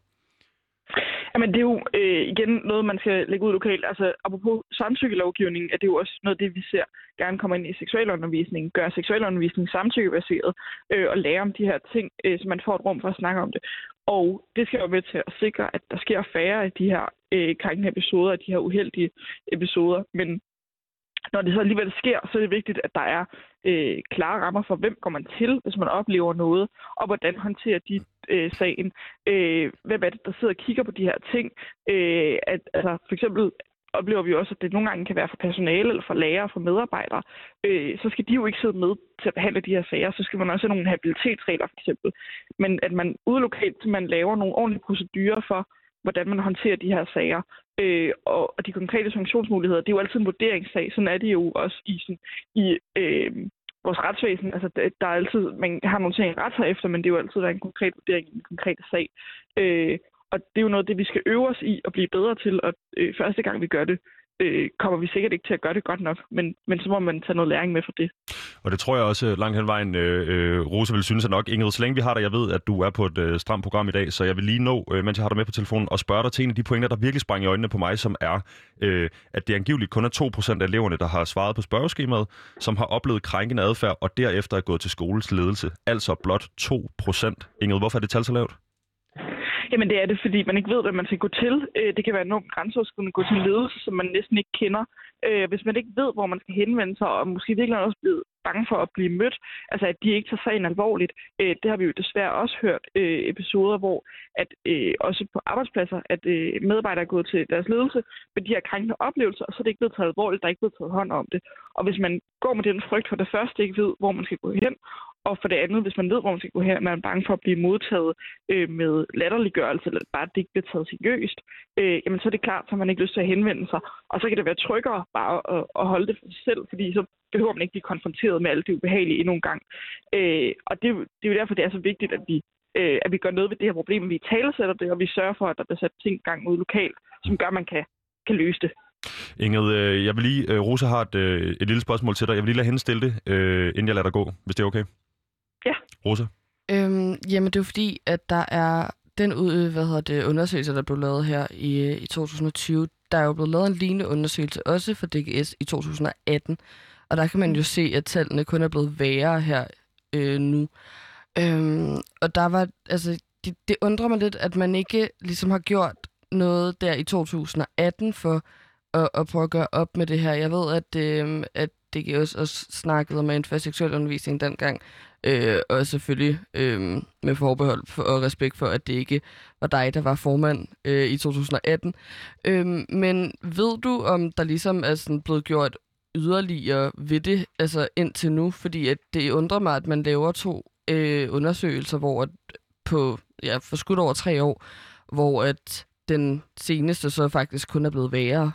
Jamen, det er jo øh, igen noget, man skal lægge ud lokalt. Altså, apropos samtykkelovgivningen, er det jo også noget af det, vi ser gerne kommer ind i seksualundervisningen. Gør seksualundervisning samtykkebaseret øh, og lære om de her ting, øh, så man får et rum for at snakke om det. Og det skal jo være til at sikre, at der sker færre af de her øh, krænkende episoder, af de her uheldige episoder. Men når det så alligevel sker, så er det vigtigt, at der er øh, klare rammer for, hvem går man til, hvis man oplever noget, og hvordan håndterer de øh, sagen. Øh, hvem er det, der sidder og kigger på de her ting? Øh, at, altså, for eksempel oplever vi også, at det nogle gange kan være for personale, eller for lærere, for medarbejdere. Øh, så skal de jo ikke sidde med til at behandle de her sager. Så skal man også have nogle habilitetsregler, for eksempel. Men at man ude lokalt, man laver nogle ordentlige procedurer for, hvordan man håndterer de her sager. Øh, og, og de konkrete sanktionsmuligheder, det er jo altid en vurderingssag. Sådan er det jo også i, sådan, i øh, vores retsvæsen. Altså, der er altid, man har nogle ting at rette sig efter, men det er jo altid der er en konkret vurdering i en konkret sag. Øh, og det er jo noget, det vi skal øve os i at blive bedre til. Og øh, første gang vi gør det, øh, kommer vi sikkert ikke til at gøre det godt nok, men, men så må man tage noget læring med for det. Og det tror jeg også langt hen vejen, øh, Rosa vil synes, at nok. Ingrid, så længe vi har dig, jeg ved, at du er på et øh, stramt program i dag, så jeg vil lige nå, øh, mens jeg har dig med på telefonen, og spørge dig til en af de pointer, der virkelig sprang i øjnene på mig, som er, øh, at det angiveligt kun er to procent af eleverne, der har svaret på spørgeskemaet, som har oplevet krænkende adfærd, og derefter er gået til skolens ledelse. Altså blot to procent. Ingrid, hvorfor er det tal så lavt? Jamen det er det, fordi man ikke ved, hvad man skal gå til. Det kan være enormt grænseoverskridende at gå til en ledelse, som man næsten ikke kender. Hvis man ikke ved, hvor man skal henvende sig, og måske virkelig også blevet bange for at blive mødt, altså at de ikke tager sagen alvorligt. Det har vi jo desværre også hørt episoder, hvor at også på arbejdspladser, at medarbejdere er gået til deres ledelse med de her krænkende oplevelser, og så er det ikke blevet taget alvorligt, der er ikke blevet taget hånd om det. Og hvis man går med den frygt for det første, ikke ved, hvor man skal gå hen, og for det andet, hvis man ved, hvor man skal gå hen, man er bange for at blive modtaget øh, med latterliggørelse, eller bare, at det ikke bliver taget seriøst, øh, jamen så er det klart, så har man ikke lyst til at henvende sig. Og så kan det være tryggere bare at, at holde det for sig selv, fordi så behøver man ikke blive konfronteret med alt det ubehagelige endnu en gang. Øh, og det, det er jo derfor, det er så vigtigt, at vi, øh, at vi gør noget ved det her problem, vi talesætter det, og vi sørger for, at der bliver sat ting i gang ude lokalt, som gør, at man kan, kan løse det. Ingrid, jeg vil lige, Rosa har et, et lille spørgsmål til dig. Jeg vil lige lade hende stille det, inden jeg lader dig gå, hvis det er okay. Ja. Rosa? Øhm, Jamen, det er jo fordi, at der er den ud, hvad hedder det, undersøgelse, der blev lavet her i, i to tusind og tyve. Der er jo blevet lavet en lignende undersøgelse, også for D G S i to tusind og atten. Og der kan man jo se, at tallene kun er blevet værre her øh, nu. Øhm, og der var, altså, det, det undrer mig lidt, at man ikke ligesom har gjort noget der i to tusind og atten for at, at prøve at gøre op med det her. Jeg ved, at, øh, at D G S også snakkede om en fast seksuel undervisning dengang, øh, og selvfølgelig øh, med forbehold for, og respekt for, at det ikke var dig, der var formand øh, i to tusind og atten. Øh, men ved du, om der ligesom er sådan blevet gjort yderligere ved det, altså indtil nu? Fordi at det undrer mig, at man laver to øh, undersøgelser, hvor at på ja, for skudt over tre år, hvor at den seneste så faktisk kun er blevet værre.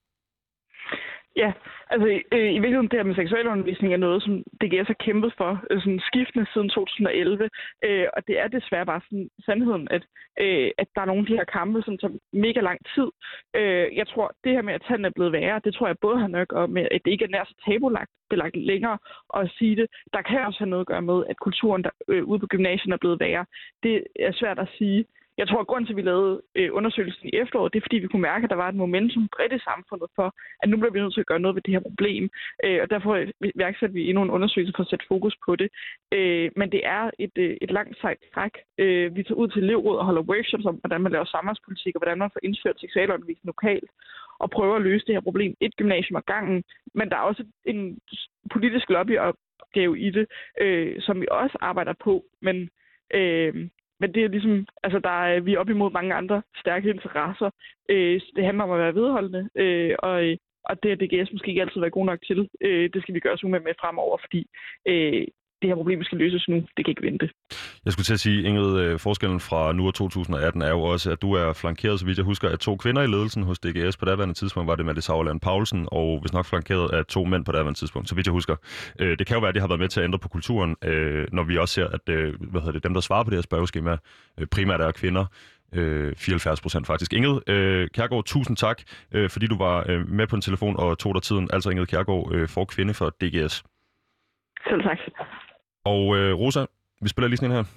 Ja, altså øh, i virkeligheden det her med seksualundervisning er noget, som D G S har kæmpet for øh, sådan skiftende siden to tusind og elleve, øh, og det er desværre bare sådan sandheden, at, øh, at der er nogle af de her kampe, som tager mega lang tid. Øh, jeg tror, det her med, at tallene er blevet værre, det tror jeg både har nok om, at det ikke er nær så tabulagt belagt længere at sige det. Der kan også have noget at gøre med, at kulturen der, øh, ude på gymnasiet er blevet værre. Det er svært at sige. Jeg tror, at grunden til, at vi lavede øh, undersøgelsen i efteråret, det er, fordi vi kunne mærke, at der var et momentum bredt i samfundet for, at nu bliver vi nødt til at gøre noget ved det her problem. Øh, og derfor iværksatte vi endnu en undersøgelse for at sætte fokus på det. Øh, men det er et, øh, et langt sejt træk. Øh, vi tager ud til elevråd og holder workshops om, hvordan man laver samarbejdspolitik og hvordan man får indført seksualundervisning lokalt og prøver at løse det her problem et gymnasium ad gangen. Men der er også en politisk lobbyopgave i det, øh, som vi også arbejder på. Men... Øh, Men det er ligesom, altså der er, vi er op imod mange andre stærke interesser. Øh, det handler om at være vedholdende, øh, og, og det har D G S måske ikke altid været god nok til. Øh, det skal vi gøre os umiddelbart med fremover, fordi øh, det her problem skal løses nu. Det kan ikke vente. Jeg skulle til at sige, Ingrid, forskellen fra nu og to tusind og atten er jo også, at du er flankeret, så vidt jeg husker, af to kvinder i ledelsen hos D G S. På daværende tidspunkt var det Mette Sauerland Paulsen, og hvis nok flankeret af to mænd på daværende tidspunkt, så vidt jeg husker. Det kan jo være, at det har været med til at ændre på kulturen, når vi også ser, at hvad hedder det, dem, der svarer på det her spørgeskema, primært er kvinder. fireoghalvfjerds procent faktisk. Ingrid Kjærgaard, tusind tak, fordi du var med på en telefon og tog dig tiden. Altså Ingrid Kjærgaard, for kvinde for D G S. Selv tak. Og øh, Rosa, vi spiller lige sådan en her.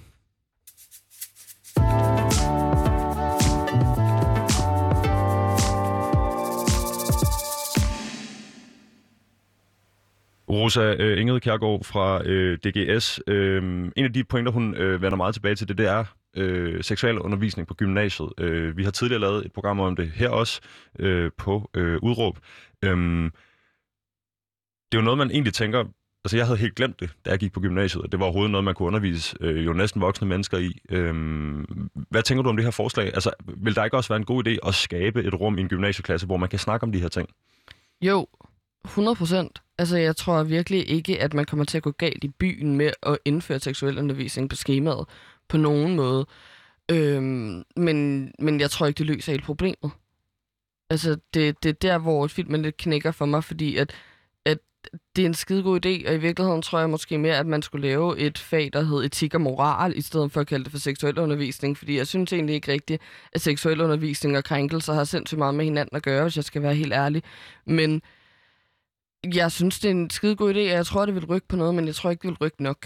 Rosa øh, Ingrid Kjærgaard fra øh, D G S. Øh, en af de pointer, hun øh, vender meget tilbage til, det, det er øh, seksualundervisning på gymnasiet. Øh, vi har tidligere lavet et program om det her også øh, på øh, Udråb. Øh, det er jo noget, man egentlig tænker... Altså, jeg havde helt glemt det, da jeg gik på gymnasiet, og det var overhovedet noget, man kunne undervise øh, jo næsten voksne mennesker i. Øhm, hvad tænker du om det her forslag? Altså, vil der ikke også være en god idé at skabe et rum i en gymnasieklasse, hvor man kan snakke om de her ting? Jo, hundrede procent. Altså, jeg tror virkelig ikke, at man kommer til at gå galt i byen med at indføre seksuel undervisning på skemaet på nogen måde. Øhm, men, men jeg tror ikke, det løser hele problemet. Altså, det, det er der, hvor filmen lidt knækker for mig, fordi at det er en skidegod idé, og i virkeligheden tror jeg måske mere, at man skulle lave et fag, der hed etik og moral, i stedet for at kalde det for seksuel undervisning, fordi jeg synes egentlig ikke rigtigt, at seksuel undervisning og krænkelser har sindssygt meget med hinanden at gøre, hvis jeg skal være helt ærlig. Men jeg synes, det er en skidegod idé, og jeg tror, det vil rykke på noget, men jeg tror ikke, det vil rykke nok.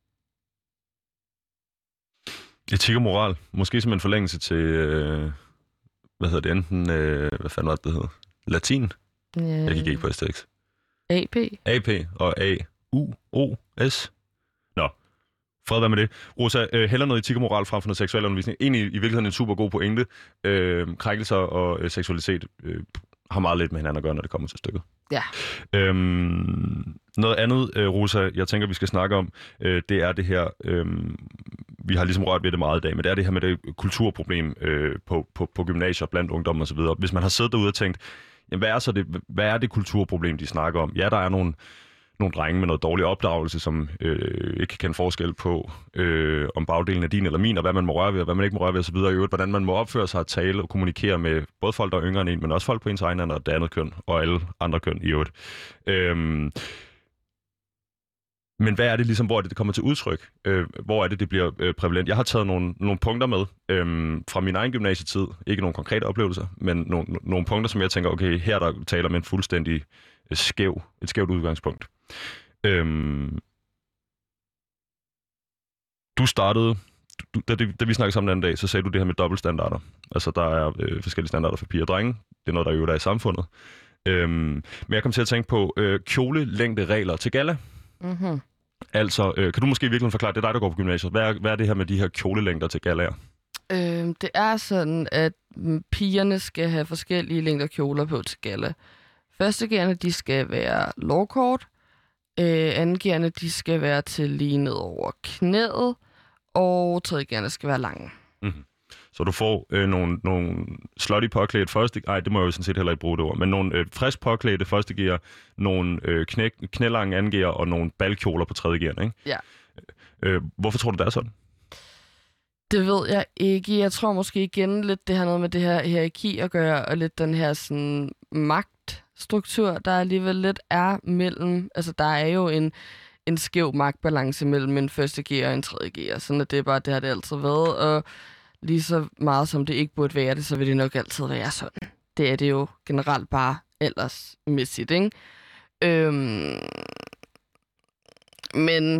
Etik og moral, måske som en forlængelse til, øh, hvad hedder det, enten, øh, hvad fanden var det, det hedder? Latin? Ja. Jeg gik ikke på S T X. A P. A P og A U O S. Nå, fred være med det. Rosa, øh, heller noget etik og moral frem for noget seksuel undervisning. Egentlig i virkeligheden en super god pointe. Øh, krænkelser og øh, seksualitet øh, har meget lidt med hinanden at gøre, når det kommer til stykket. Ja. Øhm, noget andet, øh, Rosa, jeg tænker, vi skal snakke om, øh, det er det her, øh, vi har ligesom rørt ved det meget i dag, men det er det her med det kulturproblem øh, på, på, på gymnasier blandt ungdom og så videre. Hvis man har siddet derude og tænkt, jamen, hvad er så det, hvad er det kulturproblem, de snakker om? Ja, der er nogle, nogle drenge med noget dårlig opdragelse, som øh, ikke kan kende forskel på, øh, om bagdelen er din eller min, og hvad man må røre ved, og hvad man ikke må røre ved osv. I øvrigt, hvordan man må opføre sig og tale og kommunikere med både folk, der er yngre end en, men også folk på ens egen og det andet køn, og alle andre køn i øvrigt. Øhm, Men hvad er det ligesom, hvor er det, det kommer til udtryk? Øh, hvor er det, det bliver øh, prævalent? Jeg har taget nogle, nogle punkter med øh, fra min egen gymnasietid. Ikke nogle konkrete oplevelser, men nogle, nogle punkter, som jeg tænker, okay, her der taler med en fuldstændig øh, skæv, et skævt udgangspunkt. Øh, du startede du, da, da vi snakkede sammen den anden dag, så sagde du det her med dobbeltstandarder. Altså, der er øh, forskellige standarder for piger og drenge. Det er noget, der er jo der i samfundet. Øhm, men jeg kom til at tænke på øh, kjolelængderegler til galla. Mm-hmm. Altså, øh, kan du måske virkelig forklare, det er dig, der går på gymnasiet. Hvad er, hvad er det her med de her kjolelængder til gallaer? Øh, det er sådan, at pigerne skal have forskellige længder kjoler på til galla. Førstegærne, de skal være lovkort. Øh, andengærne, de skal være til lige ned over knæet. Og tredjegærne skal være lange. Mm-hmm. Så du får øh, nogle, nogle slutty påklædte første... Nej, det må jeg jo sådan set heller ikke bruge det ord. Men nogle øh, frisk påklædte førstegærer, nogle øh, knæ, knælange andengærer og nogle balkjoler på tredjegærne, ikke? Ja. Øh, hvorfor tror du, det er sådan? Det ved jeg ikke. Jeg tror måske igen lidt, det har noget med det her hierarki at gøre, og lidt den her sådan magtstruktur, der alligevel lidt er mellem... Altså, der er jo en, en skæv magtbalance mellem en første gear og en tredje gear. Sådan at det er bare, det har det altid været, og lige så meget som det ikke burde være det, så vil det nok altid være sådan. Det er det jo generelt bare aldersmæssigt, ikke? Øhm... Men...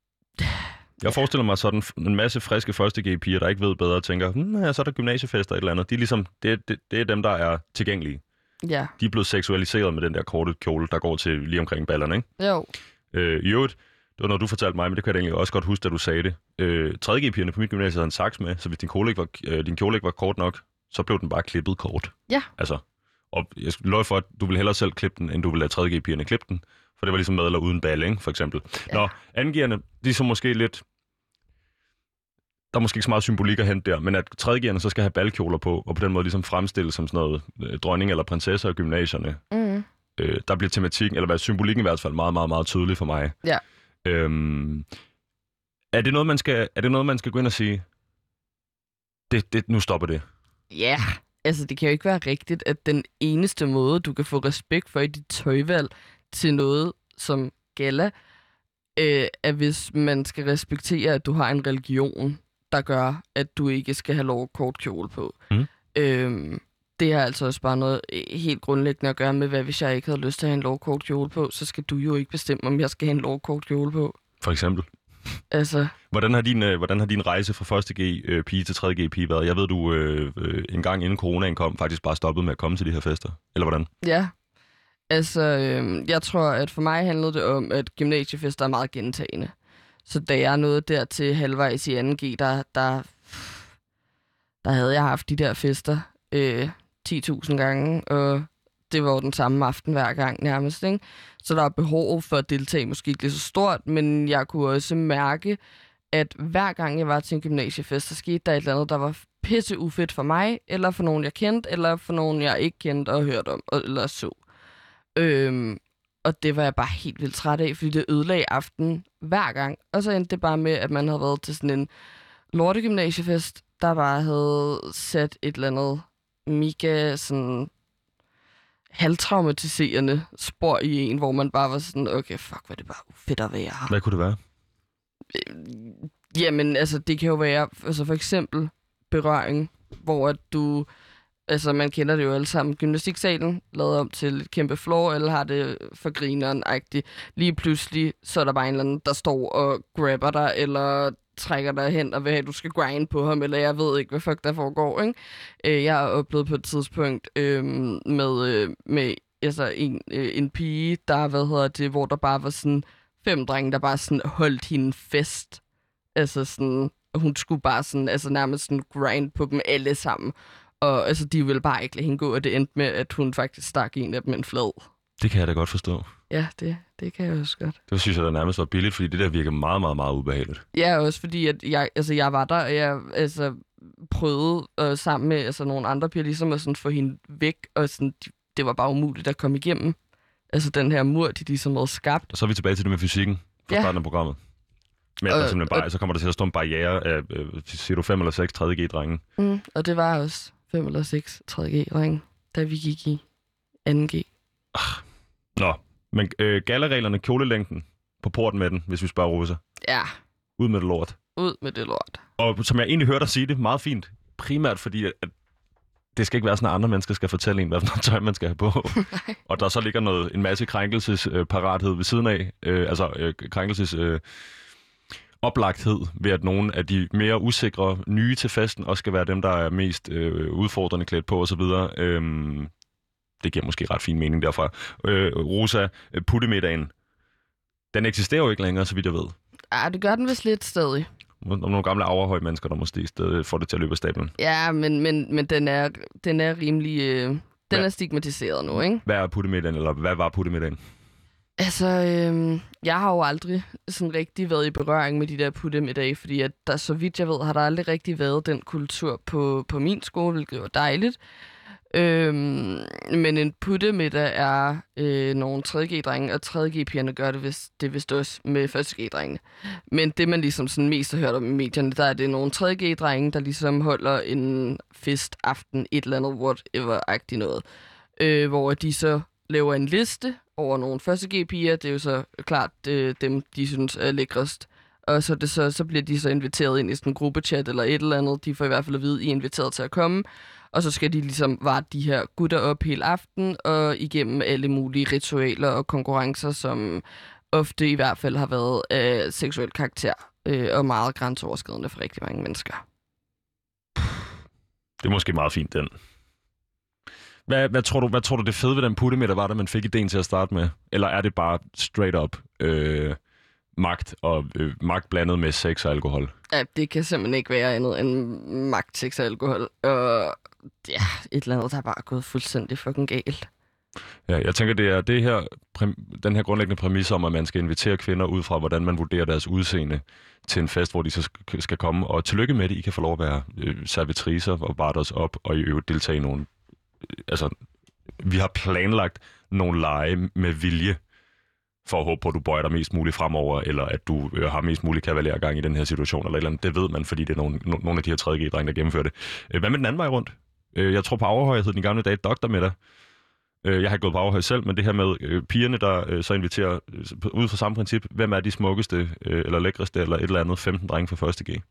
Jeg forestiller mig sådan en masse friske første G-piger, der ikke ved bedre, og tænker, hm, ja, så er der gymnasiefester et eller andet. De er ligesom, det, det, det er dem, der er tilgængelige. Ja. De er blevet seksualiseret med den der korte kjole, der går til lige omkring ballerne, ikke? Jo. Øh, I øvrigt, det var noget, du fortalte mig, men det kan jeg egentlig også godt huske, da du sagde det. Øh, tredje G-pigerne på mit gymnasie havde en saks med, så hvis din kjole ikke var, øh, din kjole ikke var kort nok, så blev den bare klippet kort. Ja. Altså, og jeg skulle love for, at du ville hellere selv klippe den, end du ville lade tredje G-pigerne klippe den. For det var ligesom med eller uden balle, ikke? For eksempel. Ja. Nå, angiverne, de er så måske lidt... Der er måske ikke så meget symbolik at hente der, men at tredjegerne så skal have balkjoler på, og på den måde ligesom fremstilles som sådan noget øh, dronning eller prinsesser af gymnasierne. Mm. Øh, der bliver tematikken, eller hvad symbolikken i hvert fald, meget, meget, meget tydelig for mig. Ja. Øhm, er, det noget, man skal, er det noget, man skal gå ind og sige, det, det, nu stopper det? Ja, altså det kan jo ikke være rigtigt, at den eneste måde, du kan få respekt for i dit tøjvalg til noget som galla, øh, er hvis man skal respektere, at du har en religion, der gør, at du ikke skal have lov kort kjole på. Mm. Øhm, det har altså også bare noget helt grundlæggende at gøre med, hvad hvis jeg ikke havde lyst til at have en lovkort kjole på, så skal du jo ikke bestemme, om jeg skal have en lovkort kjole på. For eksempel? Altså... Hvordan har din, øh, hvordan har din rejse fra første G-pige til tredje G-pige været? Jeg ved, du øh, øh, en gang inden coronaen kom, faktisk bare stoppede med at komme til de her fester. Eller hvordan? Ja. Altså, øh, jeg tror, at for mig handlede det om, at gymnasiefester er meget gentagende. Så da jeg nåede der til halvvejs i anden G, der, der, der havde jeg haft de der fester øh, ti tusind gange, og det var jo den samme aften hver gang nærmest, ikke? Så der var behov for at deltage måske ikke lige så stort, men jeg kunne også mærke, at hver gang jeg var til en gymnasiefest, så skete der et eller andet, der var pisse ufedt for mig, eller for nogen, jeg kendte, eller for nogen, jeg ikke kendte og hørte om, eller så. Øhm, og det var jeg bare helt vildt træt af, fordi det ødelagde aften hver gang. Og så endte det bare med, at man havde været til sådan en lortegymnasiefest, der bare havde sat et eller andet mega sådan halvtraumatiserende spor i en, hvor man bare var sådan, okay, fuck, hvad det bare ufedt at være her. Hvad kunne det være? Jamen, altså, det kan jo være, altså for eksempel berøring, hvor at du, altså man kender det jo alle sammen, gymnastiksalen lavet om til et kæmpe floor, eller har det for grineren-agtigt. Lige pludselig, så er der bare en eller anden, der står og grabber dig, eller trækker dig hen og vil have, at du skal grind på ham, eller jeg ved ikke, hvad fuck der foregår, ikke? Jeg har oplevet på et tidspunkt øh, med, øh, med altså en, øh, en pige, der, hvad hedder det, hvor der bare var sådan fem drenge, der bare sådan holdt hende fest. Altså sådan, hun skulle bare sådan, altså nærmest sådan grind på dem alle sammen. Og altså, de ville bare ikke lade hende gå, og det endte med, at hun faktisk stak en af dem en flad. Det kan jeg da godt forstå. Ja, det, det kan jeg også godt. Det synes jeg da nærmest var billigt, fordi det der virker meget, meget, meget ubehageligt. Ja, også fordi, at jeg, altså, jeg var der, og jeg altså, prøvede øh, sammen med altså, nogle andre piger ligesom at sådan, få hende væk, og sådan, de, det var bare umuligt at komme igennem. Altså den her mur, de ligesom havde skabt. Og så er vi tilbage til det med fysikken fra ja. starten af programmet. Men øh, simpelthen bare, øh, så kommer der til at stå en barriere af, øh, siger du fem eller seks tredje G-drenge. Mm, og det var også fem eller seks tredje G-drenge, da vi gik i anden G. Ah. Nå, men øh, gallereglerne, kjolelængden på porten med den, hvis vi spørger Rosa. Ja. Ud med det lort. Ud med det lort. Og som jeg egentlig hørte dig sige det, meget fint. Primært fordi, at det skal ikke være sådan, at andre mennesker skal fortælle en, hvad for noget tøj man skal have på. Og der så ligger noget, en masse krænkelsesparathed ved siden af. Øh, altså øh, krænkelses... Øh, oplagthed ved, at nogle af de mere usikre, nye til festen, også skal være dem, der er mest øh, udfordrende klædt på osv. Øhm, det giver måske ret fin mening derfra. Øh, Rosa, puttemiddagen, den eksisterer jo ikke længere, så vidt jeg ved. Ja, det gør den vist lidt stadig. Om nogle gamle overhøje mennesker, der måske stadig får det til at løbe af stablen. Ja, men, men, men den, er, den er rimelig... Øh, den hvad? er stigmatiseret nu, ikke? Hvad er puttemiddagen, eller hvad var puttemiddagen? Altså, øh, jeg har jo aldrig sådan rigtig været i berøring med de der puttemiddage, fordi at der, så vidt jeg ved, har der aldrig rigtig været den kultur på, på min skole, hvilket var dejligt. Øhm, men en puttemiddag er øh, nogle tredje G-drenge, og tredje G-pigerne gør det, hvis det vist også med første G-drengene. Men det, man ligesom sådan mest har hørt om i medierne, der er det nogle tredje G-drenge, der ligesom holder en festaften, et eller andet whatever-agtigt noget. Øh, hvor de så laver en liste over nogle første G-piger, det er jo så klart øh, dem, de synes er lækrest. Og så, det så, så bliver de så inviteret ind i sådan en gruppechat eller et eller andet. De får i hvert fald at vide, I er inviteret til at komme. Og så skal de ligesom varte de her gutter op hele aften, og igennem alle mulige ritualer og konkurrencer, som ofte i hvert fald har været af seksuel karakter, øh, og meget grænseoverskridende for rigtig mange mennesker. Det er måske meget fint, den. Hvad, hvad, tror du, hvad tror du, det fede ved den puttemiddag var, da man fik idéen til at starte med? Eller er det bare straight up øh, magt, og øh, magt blandet med sex og alkohol? Ja, det kan simpelthen ikke være andet end magt, sex og alkohol. Og ja, et eller andet, der er bare gået fuldstændig fucking galt. Ja, jeg tænker, det er det her, præm- den her grundlæggende præmis om, at man skal invitere kvinder ud fra, hvordan man vurderer deres udseende til en fest, hvor de så skal komme. Og tillykke med det, I kan få lov at være øh, servitricer og barters op, og i øvrigt deltage i nogle... Øh, altså, vi har planlagt nogle lege med vilje, for at håbe på, at du bøjer dig mest muligt fremover, eller at du øh, har mest muligt kavalergang i den her situation, eller et eller andet. Det ved man, fordi det er nogle, no, nogle af de her tredje G-drenge, der gennemfører det. Øh, hvad med den anden vej rundt? Øh, jeg tror på Averhøj hed den gamle dag doktor med dig. Øh, jeg har ikke gået på Averhøj selv, men det her med øh, pigerne, der øh, så inviterer, øh, ud fra samme princip, hvem er de smukkeste, øh, eller lækreste, eller et eller andet femten drenge fra første G?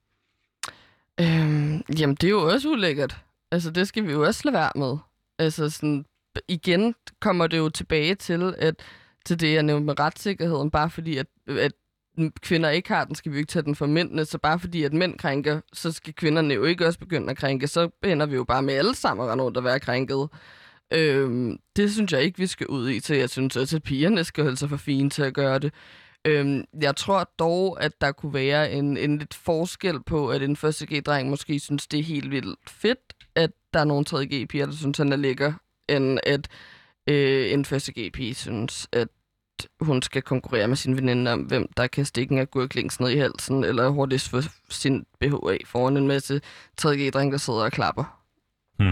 Øhm, jamen, det er jo også ulækkert. Altså, det skal vi jo også lade være med. Altså, sådan, igen kommer det jo tilbage til, at til det, jeg nævnte med retssikkerheden, bare fordi, at, at kvinder ikke har den, skal vi jo ikke tage den for mændene, så bare fordi, at mænd krænker, så skal kvinderne jo ikke også begynde at krænke, så ender vi jo bare med alle sammen rende rundt at være krænket. Øhm, det synes jeg ikke, vi skal ud i til. Jeg synes også, at pigerne skal holde sig for fine til at gøre det. Øhm, jeg tror dog, at der kunne være en, en lidt forskel på, at en første G-dreng måske synes, det er helt vildt fedt, at der er nogle tredje G-piger, der synes, han er lækker, end at øh, en første G-pige synes, at hun skal konkurrere med sin veninde om, hvem der kan stikke en agurklings ned i halsen, eller hurtigst få sin B H af foran en masse tredje G-drenge, der sidder og klapper. Hmm.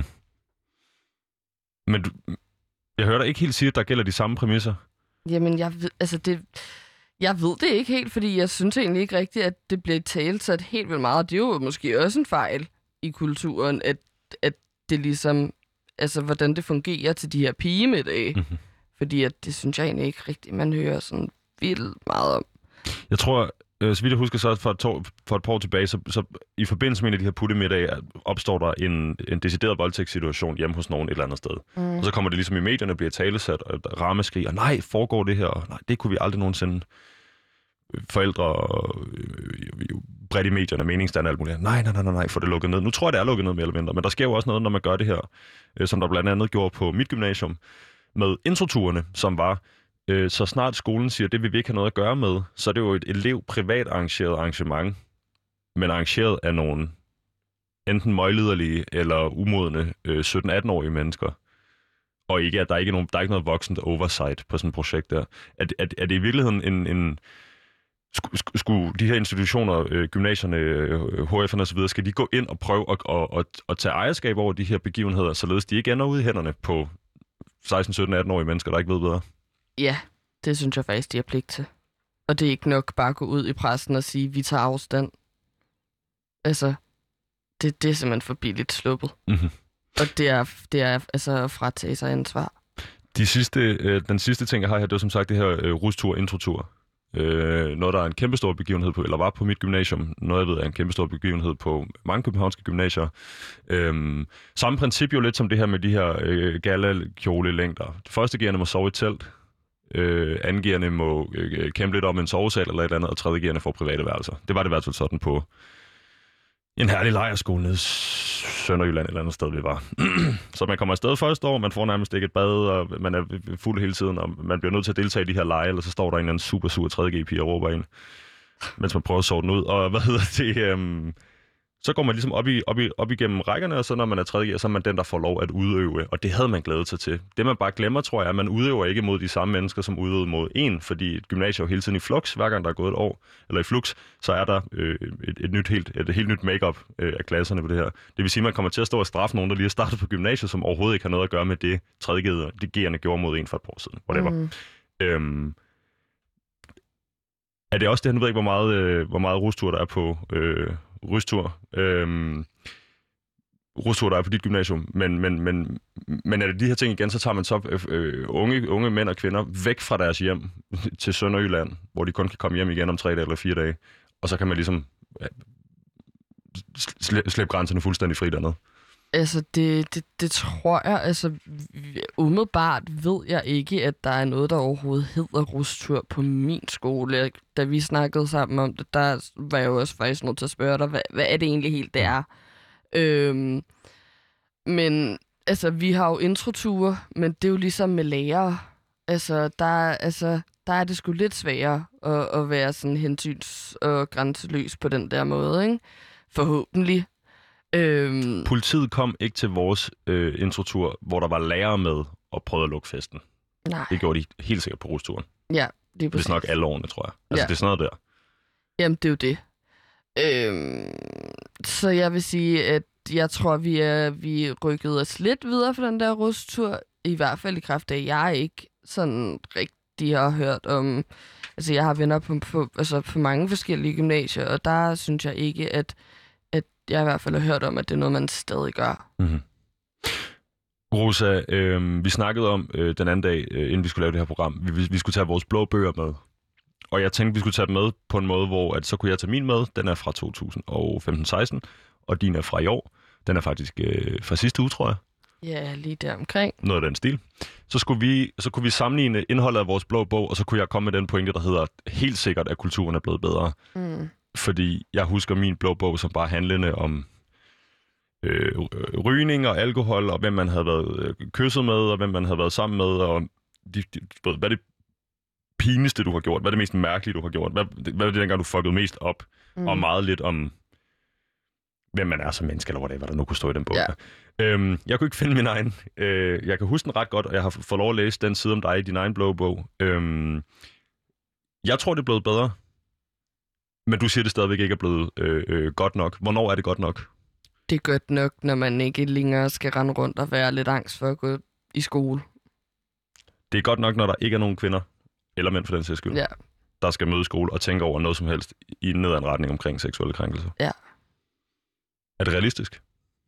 Men du, jeg hører dig ikke helt sige, at der gælder de samme præmisser. Jamen, jeg ved, altså det, jeg ved det ikke helt, fordi jeg synes egentlig ikke rigtigt, at det bliver talsat helt vildt meget. Det er jo måske også en fejl i kulturen, at, at det ligesom, altså hvordan det fungerer til de her pigemiddage. Mm-hmm. Fordi at det synes jeg egentlig ikke rigtigt, man hører sådan vildt meget om. Jeg tror, øh, så vidt jeg husker, så for et, to, for et par år tilbage, så, så i forbindelse med en af de her puttemiddage, opstår der en, en decideret voldtægtssituation hjemme hos nogen et eller andet sted. Mm. Og så kommer det ligesom i medierne og bliver talesat, og rammeskrig, og nej, foregår det her, og nej, det kunne vi aldrig nogensinde. Forældre og øh, bredt i medierne, meningsstande og alt muligt. Nej, nej, nej, nej, få det lukket ned. Nu tror jeg, det er lukket ned mere eller mindre, men der sker jo også noget, når man gør det her, øh, som der blandt andet gjorde på mit gymnasium, med introturene, som var, øh, så snart skolen siger, det vil vi ikke have noget at gøre med, så er det jo et elev-privat arrangeret arrangement, men arrangeret af nogle enten møgliderlige eller umodne øh, sytten-atten-årige mennesker. Og ikke, at der ikke er, nogen, der er ikke noget voksent oversight på sådan et projekt der. Er, er, er det i virkeligheden en... en skulle, skulle de her institutioner, øh, gymnasierne, øh, H F'erne osv., skal de gå ind og prøve at, at, at, at tage ejerskab over de her begivenheder, således de ikke ender ude i hænderne på seksten, sytten, atten-årige mennesker, der ikke ved bedre? Ja, det synes jeg faktisk, de har pligt til. Og det er ikke nok bare at gå ud i pressen og sige, vi tager afstand. Altså, det, det er simpelthen for billigt sluppet. Mm-hmm. Og det er, det er altså at fratage sig ansvar. De sidste, øh, den sidste ting, jeg har her, det er som sagt det her øh, rustur, introtur. Øh, noget, der er en kæmpestor begivenhed på, eller var på mit gymnasium. Noget, jeg ved, er en kæmpestor begivenhed på mange københavnske gymnasier. Øh, samme princip jo lidt som det her med de her øh, gala-kjole-længder. Det første G'erne må sove i telt. Øh, angiverende må øh, kæmpe lidt om en sovesal eller et eller andet, og tredje G'erne får private værelser. Det var det i hvert fald sådan på en herlig lejrskole nede i Sønderjylland, et eller andet sted, vi var. Så man kommer afsted første år, man får nærmest ikke et bad, og man er fuld hele tiden, og man bliver nødt til at deltage i de her lege, eller så står der en eller anden super sur tredje G-pige og råber ind, mens man prøver at sove den ud. Og hvad hedder det? Øhm, så går man ligesom op, i, op, i, op igennem rækkerne, og så når man er tredje G, så er man den, der får lov at udøve. Og det havde man glædet sig til. Det man bare glemmer, tror jeg, er, at man udøver ikke mod de samme mennesker, som udøver mod en, fordi et gymnasium er jo hele tiden i flux. Hver gang der er gået et år, eller i flux, så er der øh, et, et, nyt, helt, et helt nyt make-up øh, af klasserne på det her. Det vil sige, at man kommer til at stå og straffe nogen, der lige har startet på gymnasiet, som overhovedet ikke har noget at gøre med det, tredje G'erne gjorde mod en for et par år siden. Whatever. Mm. Øhm, er det også det, nu ved jeg ikke, hvor meget, øh, hvor meget rustur der er på... Øh, rustur. Øhm, rustur, der er på dit gymnasium. Men, men, men, men er det de her ting igen, så tager man så øh, unge, unge mænd og kvinder væk fra deres hjem til Sønderjylland, hvor de kun kan komme hjem igen om tre dage eller fire dage. Og så kan man ligesom øh, sl- slippe grænserne fuldstændig fri dernede. Altså, det, det, det tror jeg, altså, umiddelbart ved jeg ikke, at der er noget, der overhovedet hedder rustur på min skole. Da vi snakkede sammen om det, der var jeg jo også faktisk nødt til at spørge dig, hvad, hvad er det egentlig helt, det er? Øhm, men, altså, vi har jo introture, men det er jo ligesom med lærere. Altså, der, altså, der er det sgu lidt sværere at, at være sådan hensyns- og grænseløs på den der måde, ikke? Forhåbentlig. Øhm... Politiet kom ikke til vores øh, introtur, hvor der var lærere med og prøvede at lukke festen. Nej. Det gjorde de helt sikkert på rusturen. Ja, det er præcis. Det er nok alle årene, tror jeg. Altså, ja. Det er sådan noget der. Jamen, det er jo det. Øhm... Så jeg vil sige, at jeg tror, vi er vi rykket os lidt videre for den der rustur. I hvert fald i kraft af, at jeg ikke sådan rigtig har hørt om... Altså, jeg har venner på, på, altså, på mange forskellige gymnasier, og der synes jeg ikke, at jeg i hvert fald har hørt om, at det er noget, man stadig gør. Mm-hmm. Rosa, øh, vi snakkede om øh, den anden dag, øh, inden vi skulle lave det her program, vi, vi skulle tage vores blå bøger med. Og jeg tænkte, vi skulle tage dem med på en måde, hvor at så kunne jeg tage min med. Den er fra to tusind femten seksten, og din er fra i år. Den er faktisk øh, fra sidste uge, tror jeg. Ja, lige der omkring. Noget af den stil. Så, skulle vi, så kunne vi sammenligne indholdet af vores blå bog, og så kunne jeg komme med den pointe, der hedder helt sikkert, at kulturen er blevet bedre. Mm. Fordi jeg husker min blå bog som bare handlende om øh, rygning og alkohol, og hvem man havde været kysset med, og hvem man havde været sammen med, og de, de, hvad er det pinligste, du har gjort? Hvad er det mest mærkelige, du har gjort? Hvad, hvad er det dengang, du fuckede mest op? Mm. Og meget lidt om, hvem man er som menneske, eller hvad der nu kunne stå i den bog. Ja. Øhm, jeg kunne ikke finde min egen. Øh, jeg kan huske den ret godt, og jeg har fået lov at læse den side om dig i din egen blå bog. Øhm, jeg tror, det er blevet bedre. Men du siger, det stadigvæk ikke er blevet øh, øh, godt nok. Hvornår er det godt nok? Det er godt nok, når man ikke længere skal rende rundt og være lidt angst for at gå i skole. Det er godt nok, når der ikke er nogen kvinder, eller mænd for den sags skyld, ja. der skal møde skole og tænke over noget som helst i en nedad retning omkring seksuelle krænkelser. Ja. Er det realistisk?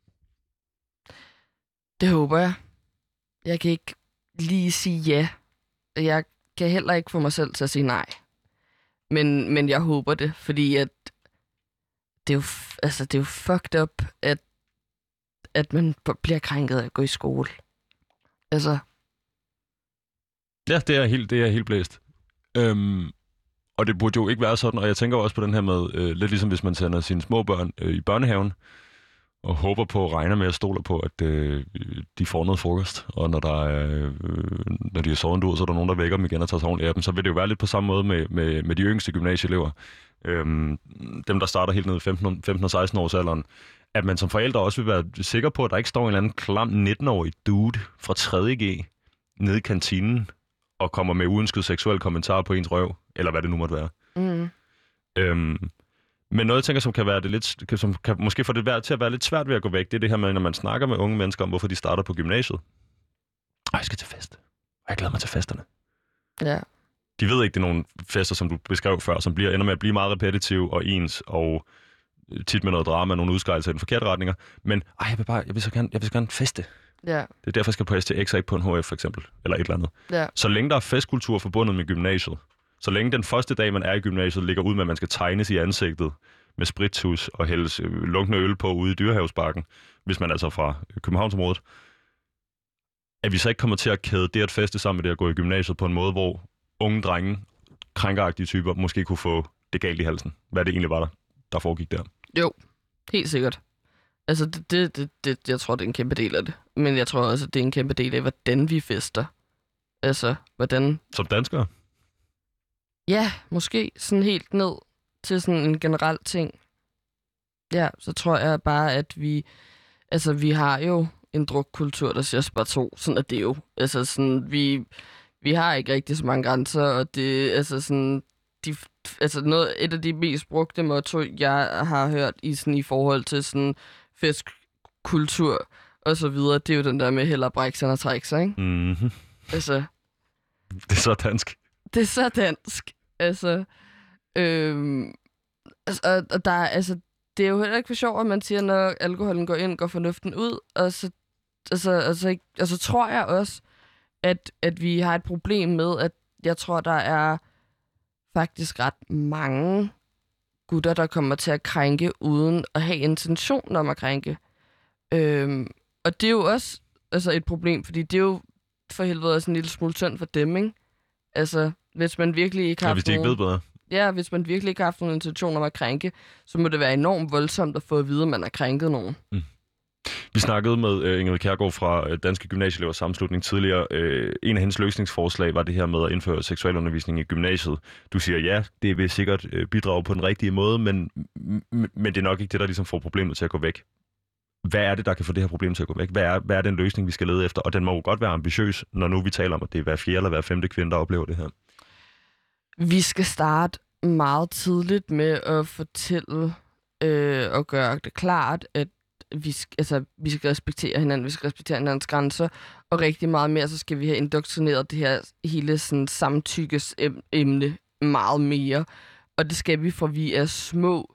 Det håber jeg. Jeg kan ikke lige sige ja. Jeg kan heller ikke få mig selv til at sige nej. Men, men jeg håber det, fordi at det er jo, altså, det er jo fucked up, at, at man bliver krænket af at gå i skole. Altså. Ja, det er helt, det er helt blæst. Øhm, og det burde jo ikke være sådan, og jeg tænker også på den her med, øh, lidt ligesom hvis man sender sine små børn øh, i børnehaven, og håber på at regne med at stole på, at øh, de får noget frokost. Og når, der er, øh, når de er sovet ud, så er der nogen, der vækker dem igen og tager sig ordentligt af dem. Så vil det jo være lidt på samme måde med, med, med de yngste gymnasieelever. Øhm, dem, der starter helt ned i femten og seksten års alderen. At man som forældre også vil være sikker på, at der ikke står en eller anden klam nitten-årig dude fra tredje G nede i kantinen og kommer med uønsket seksuel kommentar på ens røv. Eller hvad det nu måtte være. Mm. Øhm, Men noget, jeg tænker, som kan være det lidt, som kan måske få det til at være lidt svært ved at gå væk, det er det her med, når man snakker med unge mennesker om, hvorfor de starter på gymnasiet. Og jeg skal til fest. Og jeg glæder mig til festerne. Ja. De ved ikke, det er nogle fester, som du beskrev før, som bliver, ender med at blive meget repetitive og ens, og tit med noget drama, nogle udskejelser i den forkerte retninger. Men ej, jeg vil bare, jeg vil så gerne, jeg vil så gerne feste. Ja. Det er derfor, jeg skal på S T X og ikke på en H F for eksempel, eller et eller andet. Ja. Så længe der er festkultur forbundet med gymnasiet, så længe den første dag, man er i gymnasiet, ligger ud med, at man skal tegnes i ansigtet med spritus og hældes lunkne øl på ude i Dyrehavsbakken, hvis man er altså fra Københavnsområdet, at vi så ikke kommer til at kæde det at feste sammen med det at gå i gymnasiet på en måde, hvor unge drenge, krænkeragtige typer, måske kunne få det galt i halsen. Hvad det egentlig var, der, der foregik der. Jo, helt sikkert. Altså, det, det, det, det, jeg tror, det er en kæmpe del af det. Men jeg tror også, det er en kæmpe del af, hvordan vi fester. Altså, hvordan... Som danskere? Ja, måske sådan helt ned til sådan en generel ting. Ja, så tror jeg bare, at vi... Altså, vi har jo en drukkultur, der siger bare to. Sådan er det jo. Altså, sådan, vi, vi har ikke rigtig så mange grænser, og det altså sådan... De, altså, noget, et af de mest brugte motto, jeg har hørt i, sådan, i forhold til sådan festkultur og så videre, det er jo den der med heller brække sig og trække sig, ikke? Mm-hmm. Altså... Det er så dansk. Det er så dansk. Altså... Øhm, altså, og der, altså, det er jo heller ikke for sjovt, at man siger, når alkoholen går ind, går fornuften ud. Og så, altså, altså, og så tror jeg også, at, at vi har et problem med, at jeg tror, der er faktisk ret mange gutter, der kommer til at krænke, uden at have intention om at krænke. Øhm, og det er jo også altså, et problem, fordi det er jo for helvede også en lille smule synd for dem, ikke? Altså, hvis man virkelig ikke har ja, hvis de ikke ved bedre. Ja, hvis man virkelig ikke har haft nogen intention om at krænke, så må det være enormt voldsomt at få at vide, at man har krænket nogen. Mm. Vi snakkede med uh, Ingrid Kjærgaard fra uh, Danske Gymnasieelevers Sammenslutning tidligere. Uh, en af hendes løsningsforslag var det her med at indføre seksualundervisning i gymnasiet. Du siger, ja, det vil sikkert uh, bidrage på den rigtige måde, men, m- men det er nok ikke det, der ligesom får problemet til at gå væk. Hvad er det, der kan få det her problem til at gå væk? Hvad er, hvad er den løsning, vi skal lede efter? Og den må jo godt være ambitiøs, når nu vi taler om, at det er hver fjerde eller hver femte kvinde, der oplever det her. Vi skal starte meget tidligt med at fortælle øh, og gøre det klart, at vi skal, altså, vi skal respektere hinanden, vi skal respektere hinandens grænser, og rigtig meget mere, så skal vi have indoktrineret det her hele sådan, samtykkes emne meget mere. Og det skal vi, for vi er små.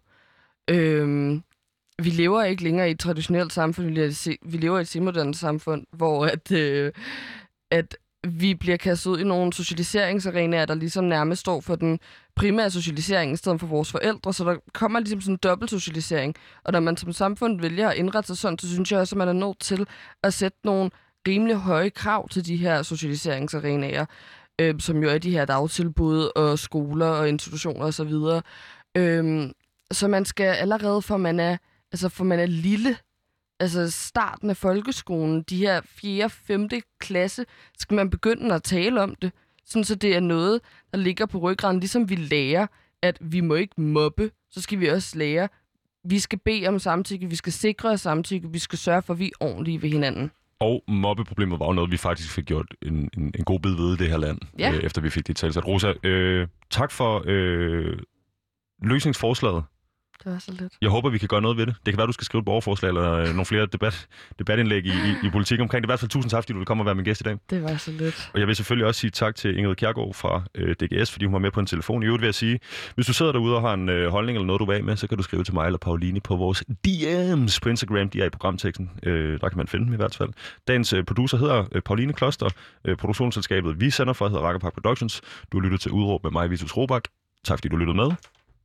Øhm, vi lever ikke længere i et traditionelt samfund, vi lever i et semimoderne samfund, hvor at, øh, at vi bliver kastet ud i nogle socialiseringsarenaer, der ligesom nærmest står for den primære socialisering i stedet for vores forældre, så der kommer ligesom sådan en dobbelt socialisering. Og når man som samfund vælger at indrette sig sådan, så synes jeg også, at man er nødt til at sætte nogle rimelig høje krav til de her socialiseringsarenaer, øh, som jo er de her dagtilbud og skoler og institutioner osv. Øh, så man skal allerede, for man er, altså for man er lille, altså starten af folkeskolen, de her fjerde, femte klasse, skal man begynde at tale om det, sådan så det er noget, der ligger på ryggraden, ligesom vi lærer, at vi må ikke mobbe, så skal vi også lære, vi skal bede om samtykke, vi skal sikre os samtykke, vi skal sørge for, at vi er ordentlige ved hinanden. Og mobbeproblemet var jo noget, vi faktisk fik gjort en, en, en god bid ved i det her land, ja. øh, efter vi fik det talsat. Rosa, øh, tak for øh, løsningsforslaget. Det var så lidt. Jeg håber, vi kan gøre noget ved det. Det kan være, du skal skrive et borgerforslag eller øh, nogle flere debat, debatindlæg i, i, i politik omkring det. I hvert fald tusind tak, fordi du vil komme og være min gæst i dag. Det var så lidt. Og jeg vil selvfølgelig også sige tak til Ingrid Kjærgaard fra øh, D G S, fordi hun var med på en telefon. I øvrigt vil jeg sige, hvis du sidder derude og har en øh, holdning eller noget, du vil af med, så kan du skrive til mig eller Pauline på vores D M's på Instagram. De er i programteksten. Øh, der kan man finde dem i hvert fald. Dagens øh, producer hedder øh, Pauline Kloster. Øh, produktionsselskabet, vi sender for, hedder Rakkerpark Productions. Du har lyttet til Udråb med mig, Vitus Robak. Tak fordi du lyttede med.